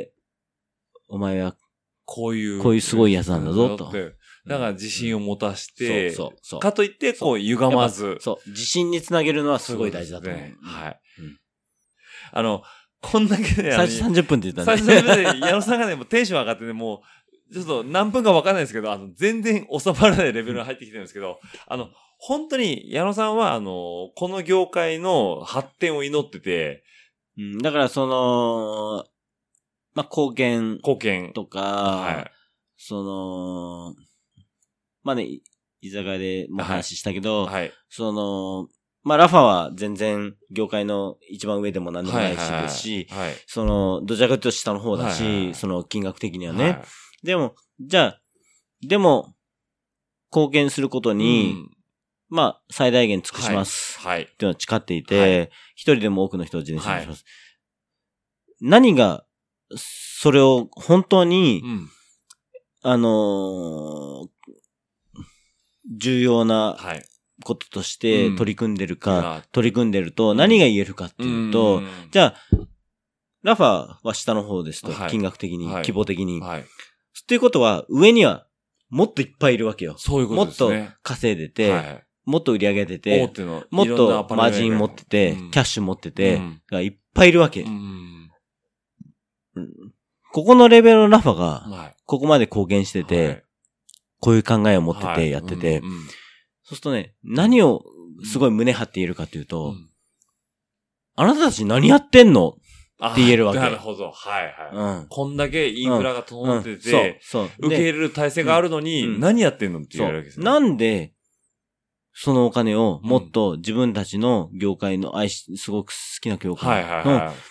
お前は、 こういう、 こういうすごいやつなんだぞ、と。 だから自信を持たして、そうそうそう。かといって、こう、歪まず。 そう。自信につなげるのはすごい大事だと思う。うね、 はい。うん、あの、こんだけね、 最初さんじゅっぷんって言ったんで。最初さんじゅっぷんで、矢野さんがね、もうテンション上がってね、もう、ちょっと何分かわかんないですけど、あの、全然収まらないレベルが入ってきてるんですけど、あの、本当に矢野さんは、あの、この業界の発展を祈ってて、 うん、だからその、まあ、貢献。 貢献。 とか、はい、その、まあね、居酒屋でも話したけど、はいはい、その、まあ、ラファは全然業界の一番上でも何でもないしですし、はいはいはい、その、どちらかというと下の方だし、はいはいはい、その金額的にはね。はいはいでも、じゃあ、でも、貢献することに、うん、まあ、最大限尽くします。はい。はい、っていうのを誓っていて、はい、一人でも多くの人を自転車にします。はい、何が、それを本当に、うん、あのー、重要なこととして取り組んでるか、うん、取り組んでると何が言えるかっていうと、うん、じゃあ、ラファは下の方ですと、はい、金額的に、はい、規模的に。はいっていうことは、上には、もっといっぱいいるわけよ。 そういうことですね。 もっと稼いでて、はい、もっと売り上げてて、大手のもっとマージン持ってて、うん、キャッシュ持ってて、うん、がいっぱいいるわけ、うんうん。ここのレベルのラファが、ここまで貢献してて、はい、こういう考えを持ってて、やってて、はいうんうん、そうするとね、何をすごい胸張って言えるかというと、うん、あなたたち何やってんのって言えるわけ。 なるほど。はいはい。うん、こんだけインフラが整ってて、うんうん、そうそう受け入れる体制があるのに、うん、何やってんのって言えるわけですね。 なんで、そのお金をもっと自分たちの業界の愛し、すごく好きな業界の、はいはいはい、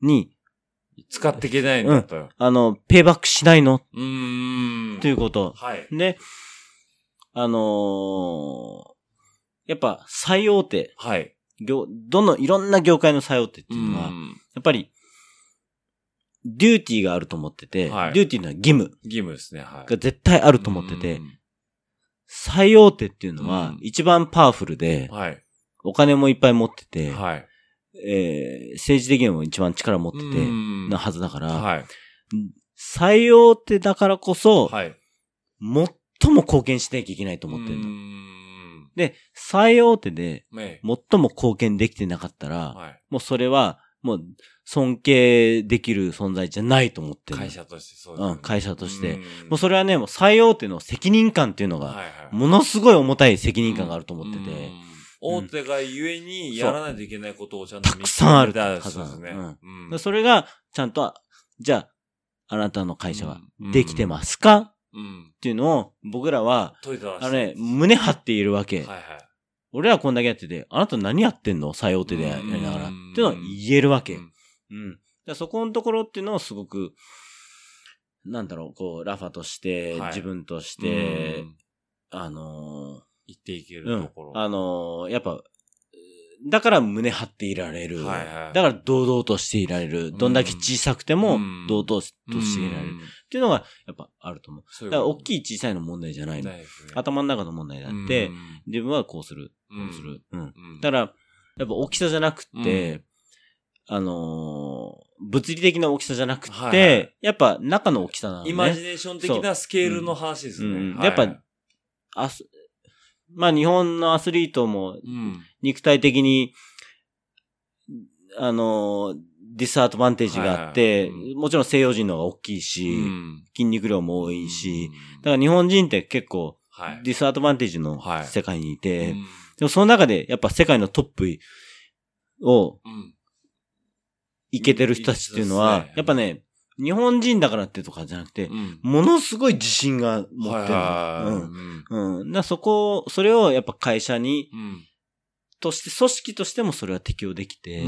に、 使っていけないんだと、うん。 あの、ペイバックしないのうーん。ということ。はい。で、あのー、やっぱ最大手。はい。 業、どの、いろんな業界の最大手っていうのは、やっぱり、デューティーがあると思ってて、はい、デューティーのは義務。 義務ですね。はい。 が絶対あると思ってて、最大手っていうのは、一番パワフルで、はい、お金もいっぱい持ってて、はい、えー、政治的にも一番力持ってて、なはずだから、はい、最大手だからこそ、はい、最も貢献しなきゃいけないと思ってるの。で、最大手で、最も貢献できてなかったら、はい、もうそれは、もう、尊敬できる存在じゃないと思ってる。 会社としてそうですね。 うん、会社として。もうそれはね、もう最大手の責任感っていうのが、ものすごい重たい責任感があると思ってて。 大手がゆえにやらないといけないことをちゃんとたくさんあるはずなんですね。うん、それが、ちゃんと、じゃあ、あなたの会社はできてますか、うん、っていうのを、僕らは、あのね、胸張っているわけ。はいはい、俺らこんだけやってて、あなた何やってんの最大手でやりながら。っていうのは言えるわけ。うんうん。だそこのところっていうのをすごく、なんだろう、こう、ラファとして、はい、自分として、あのー、 言っていけるところ。 うん、あのー、やっぱ、だから胸張っていられる。はいはい、だから堂々としていられる。どんだけ小さくても堂々としていられる。っていうのがやっぱあると思う。ううだから大きい小さいの問題じゃないの。ね、頭の中の問題だって、自分はこうする。こうする。うん。だから、やっぱ大きさじゃなくて、あのー、物理的な大きさじゃなくて、はいはい、やっぱ中の大きさなのね。 イマジネーション的なスケールの話ですね。うんうん、 やっぱ、あす、まあ日本のアスリートも、肉体的に、うん、あのー、ディスアドバンテージがあって、はいはいうん、もちろん西洋人の方が大きいし、うん、筋肉量も多いし、うん、だから日本人って結構、ディスアドバンテージの世界にいて、はいうん、でもその中でやっぱ世界のトップを、うんいけてる人たちっていうのは、ね、やっぱね、日本人だからってとかじゃなくて、うん、ものすごい自信が持ってる。うん。うん。だそこ、それをやっぱ会社に、うん、として、組織としてもそれは適用できて、うん、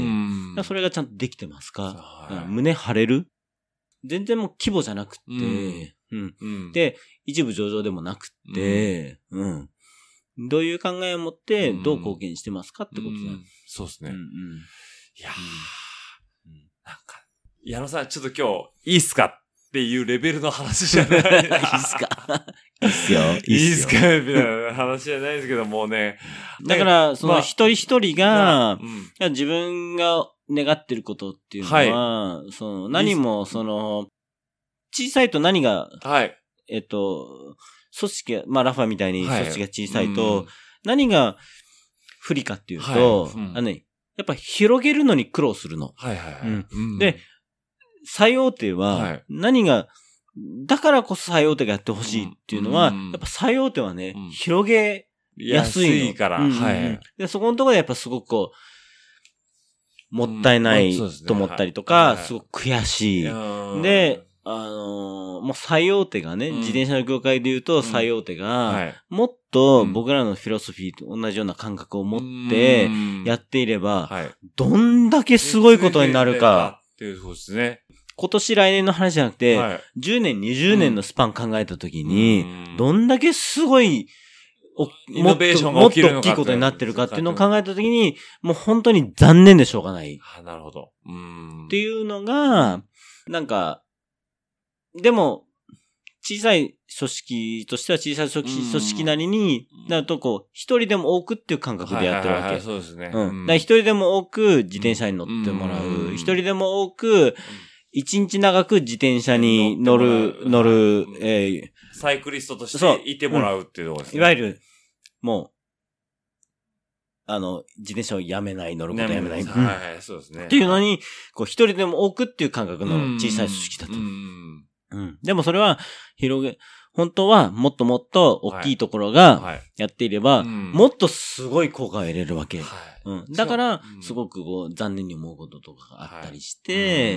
だそれがちゃんとできてますか、うん、胸張れる全然もう規模じゃなくて、うんうんうん、で、一部上場でもなくて、うん、うん。どういう考えを持ってどう貢献してますかってことだ、うん。 そうですね。うんうん、いやー。なんか、矢野さん、ちょっと今日、いいっすかっていうレベルの話じゃない。いいっすかいいっすよ。 いいっすかみたいな話じゃないですけど、もうね。 だから、その一人一人が、まあうん、自分が願ってることっていうのは、はい、その何も、その、小さいと何が、はい、えっと、組織、まあラファみたいに組織が小さいと、はいうん、何が不利かっていうと、はいうん、あのね、やっぱ広げるのに苦労するの。はいはいはい。うんうん、で、最大手は、何が、だからこそ最大手がやってほしいっていうのは、うん、やっぱ最大手はね、うん、広げやすいの。 安いから、うんうん。はい。 で、そこのところでやっぱすごくこう、もったいないと思ったりとか、うんすね、すごく悔しい。で、あのー、もう最大手がね、うん、自転車の業界で言うと最大手が、はい、もっと僕らのフィロソフィーと同じような感覚を持ってやっていれば、はい、どんだけすごいことになるか。 っていうことですね。 今年来年の話じゃなくて、はい、じゅうねん、にじゅうねんのスパン考えたときに、どんだけすごい、 イノベーションが起きるのか。 もっと大きいことになってるかっていうのを考えたときに、もう本当に残念でしょうがない。 あ、なるほど。うんっていうのが、なんか、でも、小さい組織としては小さい組織、組織なりになると、こう、一人でも多くっていう感覚でやってるわけ。はいはいはい、 そうですね。 うん。だから一人でも多く自転車に乗ってもらう。一人でも多く、一日長く自転車に乗る、乗る、えー、 サイクリストとしていてもらうっていうところですね。 いわゆる、もう、あの、自転車をやめない、乗ることやめない。 はいはい、そうですね。 っていうのに、こう、一人でも多くっていう感覚の小さい組織だと。うん。でもそれは、広げ、本当はもっともっと大きいところがやっていれば、はいはいうん、もっとすごい効果を得れるわけ。はいうん、だから、すごくこう残念に思うこととかがあったりして、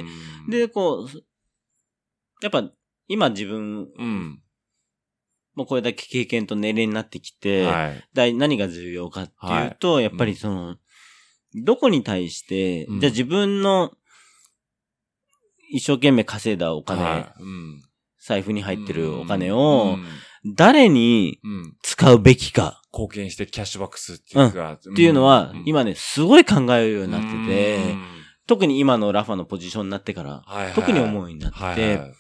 はい、で、こう、やっぱ今自分、うん、もうこれだけ経験と年齢になってきて、はい、だい何が重要かっていうと、はい、やっぱりその、どこに対して、うん、じゃあ自分の一生懸命稼いだお金、はいうん、財布に入ってるお金を、うん、 誰に使うべきか。 貢献してキャッシュバックするっていうか、 うん。っていうのは、今ね、すごい考えるようになってて、特に今のラファのポジションになってから、はいはい、特に思うようになって、はいはい、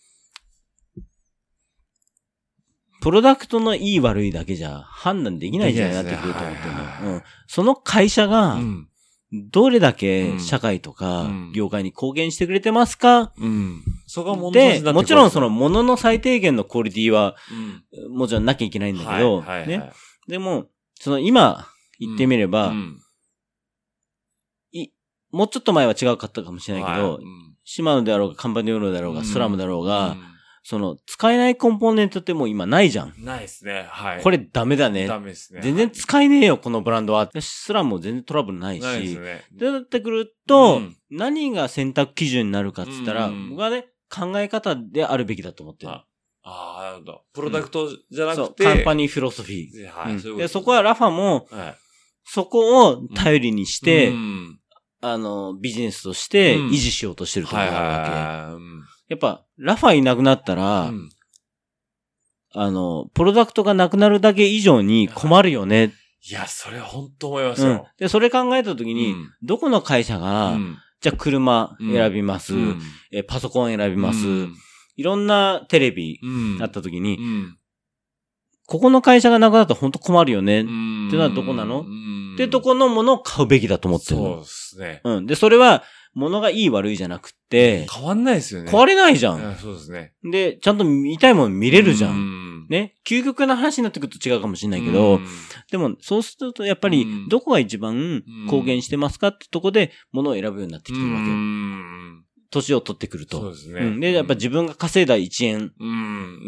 プロダクトのいい悪いだけじゃ判断できないんじゃないなってくると思ってるの、はいはいはいうん。その会社が、どれだけ社会とか業界に貢献してくれてますか、うんうん、 そこが問題で、もちろんその物の最低限のクオリティは、うん、もちろんなきゃいけないんだけど、はいはいはい、ね。でも、その今言ってみれば、うんうんい、もうちょっと前は違うかったかもしれないけど、はいうん、シマノであろうが、カンパニオーロだろうが、スラムだろうが、うんその、使えないコンポーネントってもう今ないじゃん。 ないですね。はい。 これダメだね。 ダメですね。 全然使えねえよ、このブランドは。スラムも全然トラブルないし。ないですね。で、なってくると、うん、何が選択基準になるかって言ったら、うん、僕はね、考え方であるべきだと思ってる。 ああ、なるほど。プロダクトじゃなくて、うん、 そう、カンパニーフィロソフィー。はい。うん、そういうことで、そこはラファも、はい、そこを頼りにして、うん、あの、ビジネスとして維持しようとしてるところがあるわけ。はいはい、やっぱ、ラファいなくなったら、うんあの、プロダクトがなくなるだけ以上に困るよね。 いや、それは本当思いますよ。 うん、で、それ考えたときに、うん、どこの会社が、うん、じゃあ車選びます、うん、え、パソコン選びます、うん、いろんなテレビあったときに、うん、ここの会社がなくなったら本当困るよね。っていうのはどこなの、うん、ってとこのものを買うべきだと思ってる。 そうですね。 うん。で、それは、物がいい悪いじゃなくて、 変わんないですよね。 変われないじゃん。 いやそうですね。 で、ちゃんと見たいもの見れるじゃん。んね。究極な話になってくると違うかもしれないけど、でも、そうするとやっぱり、どこが一番貢献してますかってとこで、物を選ぶようになってきてるわけよ。年を取ってくると。 そうですね。 うん、で、やっぱ自分が稼いだいちえん。 うん。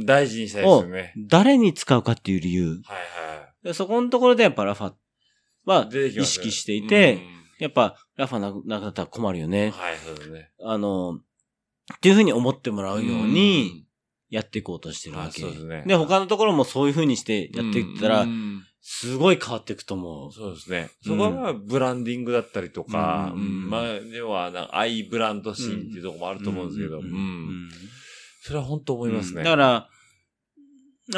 大事にしたいですよね。 誰に使うかっていう理由。 はいはい。 でそこのところでやっぱラファは意識していて、やっぱ、ラファなくなったら困るよね。 はい、そうですね。 あの、っていうふうに思ってもらうように、やっていこうとしてるわけ。そうですね。で、他のところもそういうふうにしてやっていったら、すごい変わっていくと思う。 そうですね。そこはブランディングだったりとか、うん、まあ、では、アイブランドシーンっていうところもあると思うんですけど、うん。それは本当思いますね。 だから、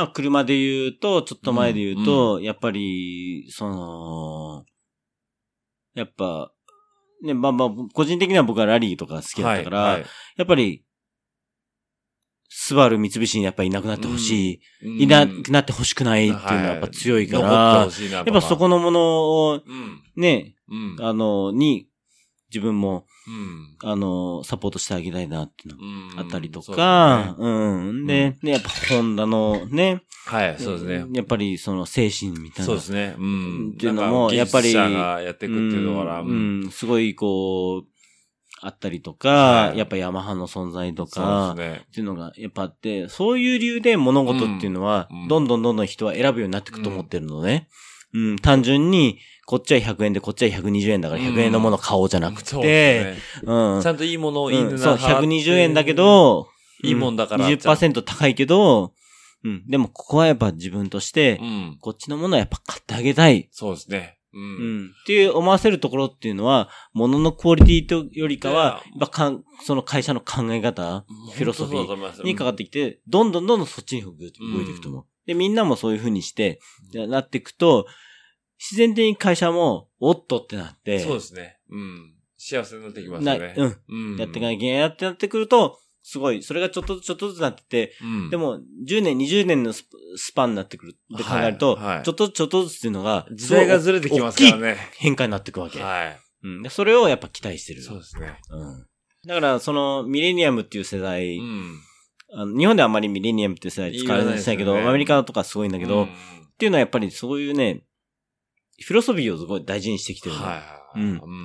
車で言うと、ちょっと前で言うと、やっぱり、その、やっぱ、ね、まあまあ、個人的には僕はラリーとか好きだったから、はいはい、やっぱり、スバル、三菱にやっぱりいなくなってほしい、うん、いなくなってほしくないっていうのはやっぱ強いから、はい、やっぱそこのものを、ね、うん、あの、に、自分も、うん、あの、サポートしてあげたいなっていうのあったりとか、うん。うん、で、ね、やっぱホンダのね、 はい、そうですね。 やっぱりその精神みたいな。 そうですね。うん。 っていうのも、やっぱり、 技術者がやっていくっていうのから、 うん、うん、すごいこう、あったりとか、はい、やっぱヤマハの存在とか、そうですね。っていうのがやっぱあって、そういう理由で物事っていうのは、うん、どんどんどんどん人は選ぶようになっていくと思ってるのね。うん、うん、単純に、こっちはひゃくえんで、こっちはひゃくにじゅうえんだからひゃくえんのもの買おうじゃなくて、うん、そうですね。うん。 ちゃんといいものをいいの、 うん、そう、ひゃくにじゅうえんだけど、 いいもんだから。 にじゅっパーセント 高いけど、うん。でも、ここはやっぱ自分として、うん、こっちのものはやっぱ買ってあげたい。 そうですね。うん。 うん。っていう思わせるところっていうのは、物のクオリティとよりかは、やっぱかん、その会社の考え方、フィロソフィーにかかってきて、どんどんどんどんそっちに動いていくと思う。うん、で、みんなもそういう風にして、なっていくと、自然的に会社も、おっとってなって。 そうですね。うん。幸せになってきますよね。 うん。うん。やっていかなきゃいけないなってなってくると、すごい、それがちょっとずつちょっとずつなってて、うん、でも、じゅうねん、にじゅうねんのスパンになってくるって考えると、はいはい、ちょっとずつちょっとずつっていうのが、 時代がずれてきますからね。 大きい変化になっていくわけ。 はい。 うん。でそれをやっぱ期待してる。 そうですね。 うん。だから、その、ミレニアムっていう世代、うん、あの日本ではあんまりミレニアムっていう世代使われないけど、ね、アメリカとかすごいんだけど、うん、っていうのはやっぱりそういうね、フィロソフィーをすごい大事にしてきてるの。はいはい。うん。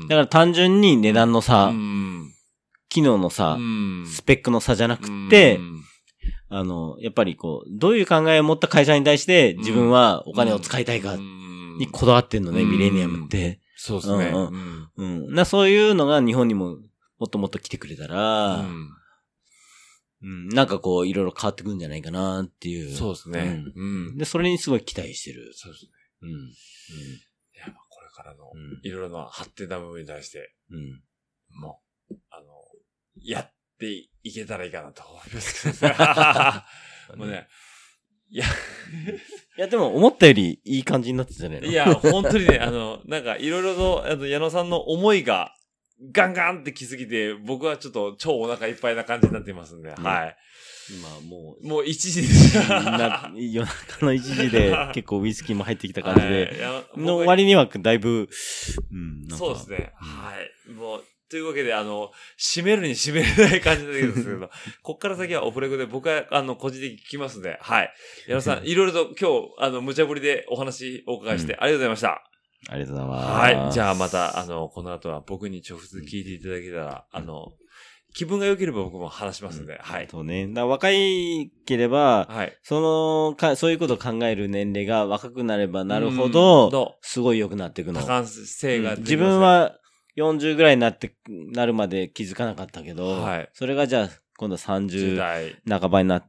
だから単純に値段の差、うん、機能の差、うん、スペックの差じゃなくて、うん、あの、やっぱりこう、どういう考えを持った会社に対して自分はお金を使いたいかにこだわってんのね、うん、ミレニアムって。 そうですね。 うん。うん。うん、そういうのが日本にももっともっと来てくれたら、うんうん、なんかこう、いろいろ変わってくるんじゃないかなっていう。 そうですね。 うん。うん、で、それにすごい期待してる。 そうですね。うん。うん。いや、まあこれからの、いろいろな発展な部分に対して、うん。もう、あの、やっていけたらいいかなと思いますけどね。もうね、 いや。 いや、でも思ったよりいい感じになってたね。 いや、本当にね、あの、なんかいろいろと、あの、矢野さんの思いがガンガンって来すぎて、僕はちょっと超お腹いっぱいな感じになっていますんで、ね、はい。 今もう、 もういちじですな夜中のいちじで結構ウイスキーも入ってきた感じで、はい、の割にはだいぶ、 うん、そうですね。はい。もう、というわけで、あの、締めるに締めれない感じなんですけど、こっから先はオフレコで僕は、あの、個人的に聞きますので、はい。矢野さん、いろいろと今日、あの、無茶ぶりでお話お伺いして、うん、ありがとうございました。 ありがとうございます。 はい。じゃあまた、あの、この後は僕に直接聞いていただけたら、うん、あの、気分が良ければ僕も話しますので、うん、はい。 そうね。だ若いければ、はい。その、か、そういうことを考える年齢が若くなればなるほど、すごい良くなっていくの。 多感性が、 うん、自分はよんじゅうぐらいになって、なるまで気づかなかったけど、はい。それがじゃあ、今度さんじゅう半ばになって、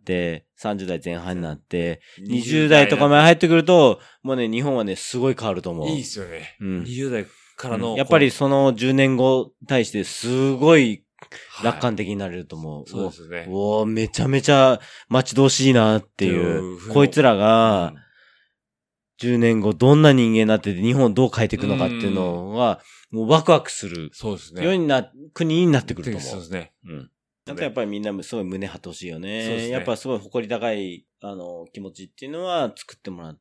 さんじゅう代前半になって、にじゅう代とかまで入ってくると、もうね、日本はね、すごい変わると思う。 いいっすよね。うん。にじゅう代からの、 うん。やっぱりそのじゅうねんごに対してすごい楽観的になれると思う。はい、 そうですね。 おおめちゃめちゃ待ち遠しいなっていう。こいつらが、じゅうねんごどんな人間になってて日本をどう変えていくのかっていうのは、もうワクワクする。 そうですね。 世にな、国になってくると思う。 そうですね。 うん。あとやっぱりみんなすごい胸張ってほしいよね。そうですね。やっぱすごい誇り高い、あの、気持ちっていうのは作ってもらって、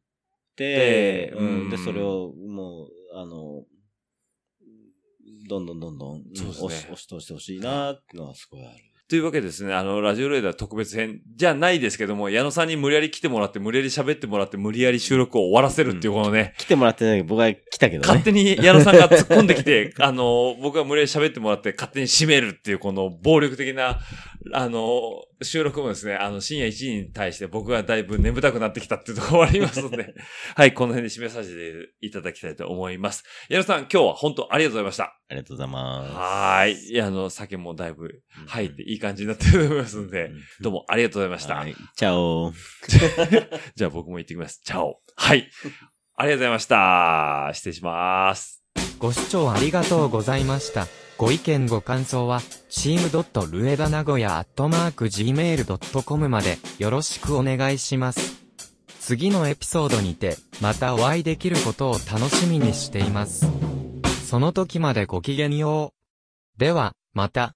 うん。で、それをもう、あの、どんどんどんどん、そうですね、押し、押し通してほしいなっていうのはすごいある。 というわけでですね、あの、ラジオレーダー特別編じゃないですけども、矢野さんに無理やり来てもらって、無理やり喋ってもらって、無理やり収録を終わらせるっていうこのね。うん、 来てもらってないけど、僕は来たけどね。 勝手に矢野さんが突っ込んできて、あの、僕が無理やり喋ってもらって、勝手に締めるっていうこの暴力的な、あの、収録もですね、あの、深夜いちじに対して僕がだいぶ眠たくなってきたっていうところがありますので、はい、この辺で締めさせていただきたいと思います。矢野さん、今日は本当ありがとうございました。 ありがとうございます。 はい。いや、あの、酒もだいぶ入っていい感じになってると思いますので、うん、どうもありがとうございました。はい。 チャオ。 じゃあ僕も行ってきます。チャオ。はい。ありがとうございました。失礼します。 ご視聴ありがとうございました。ご意見ご感想は、チームドットルエダ名古屋アットマークジーメールドットコム までよろしくお願いします。次のエピソードにて、またお会いできることを楽しみにしています。その時までごきげんよう。では、また。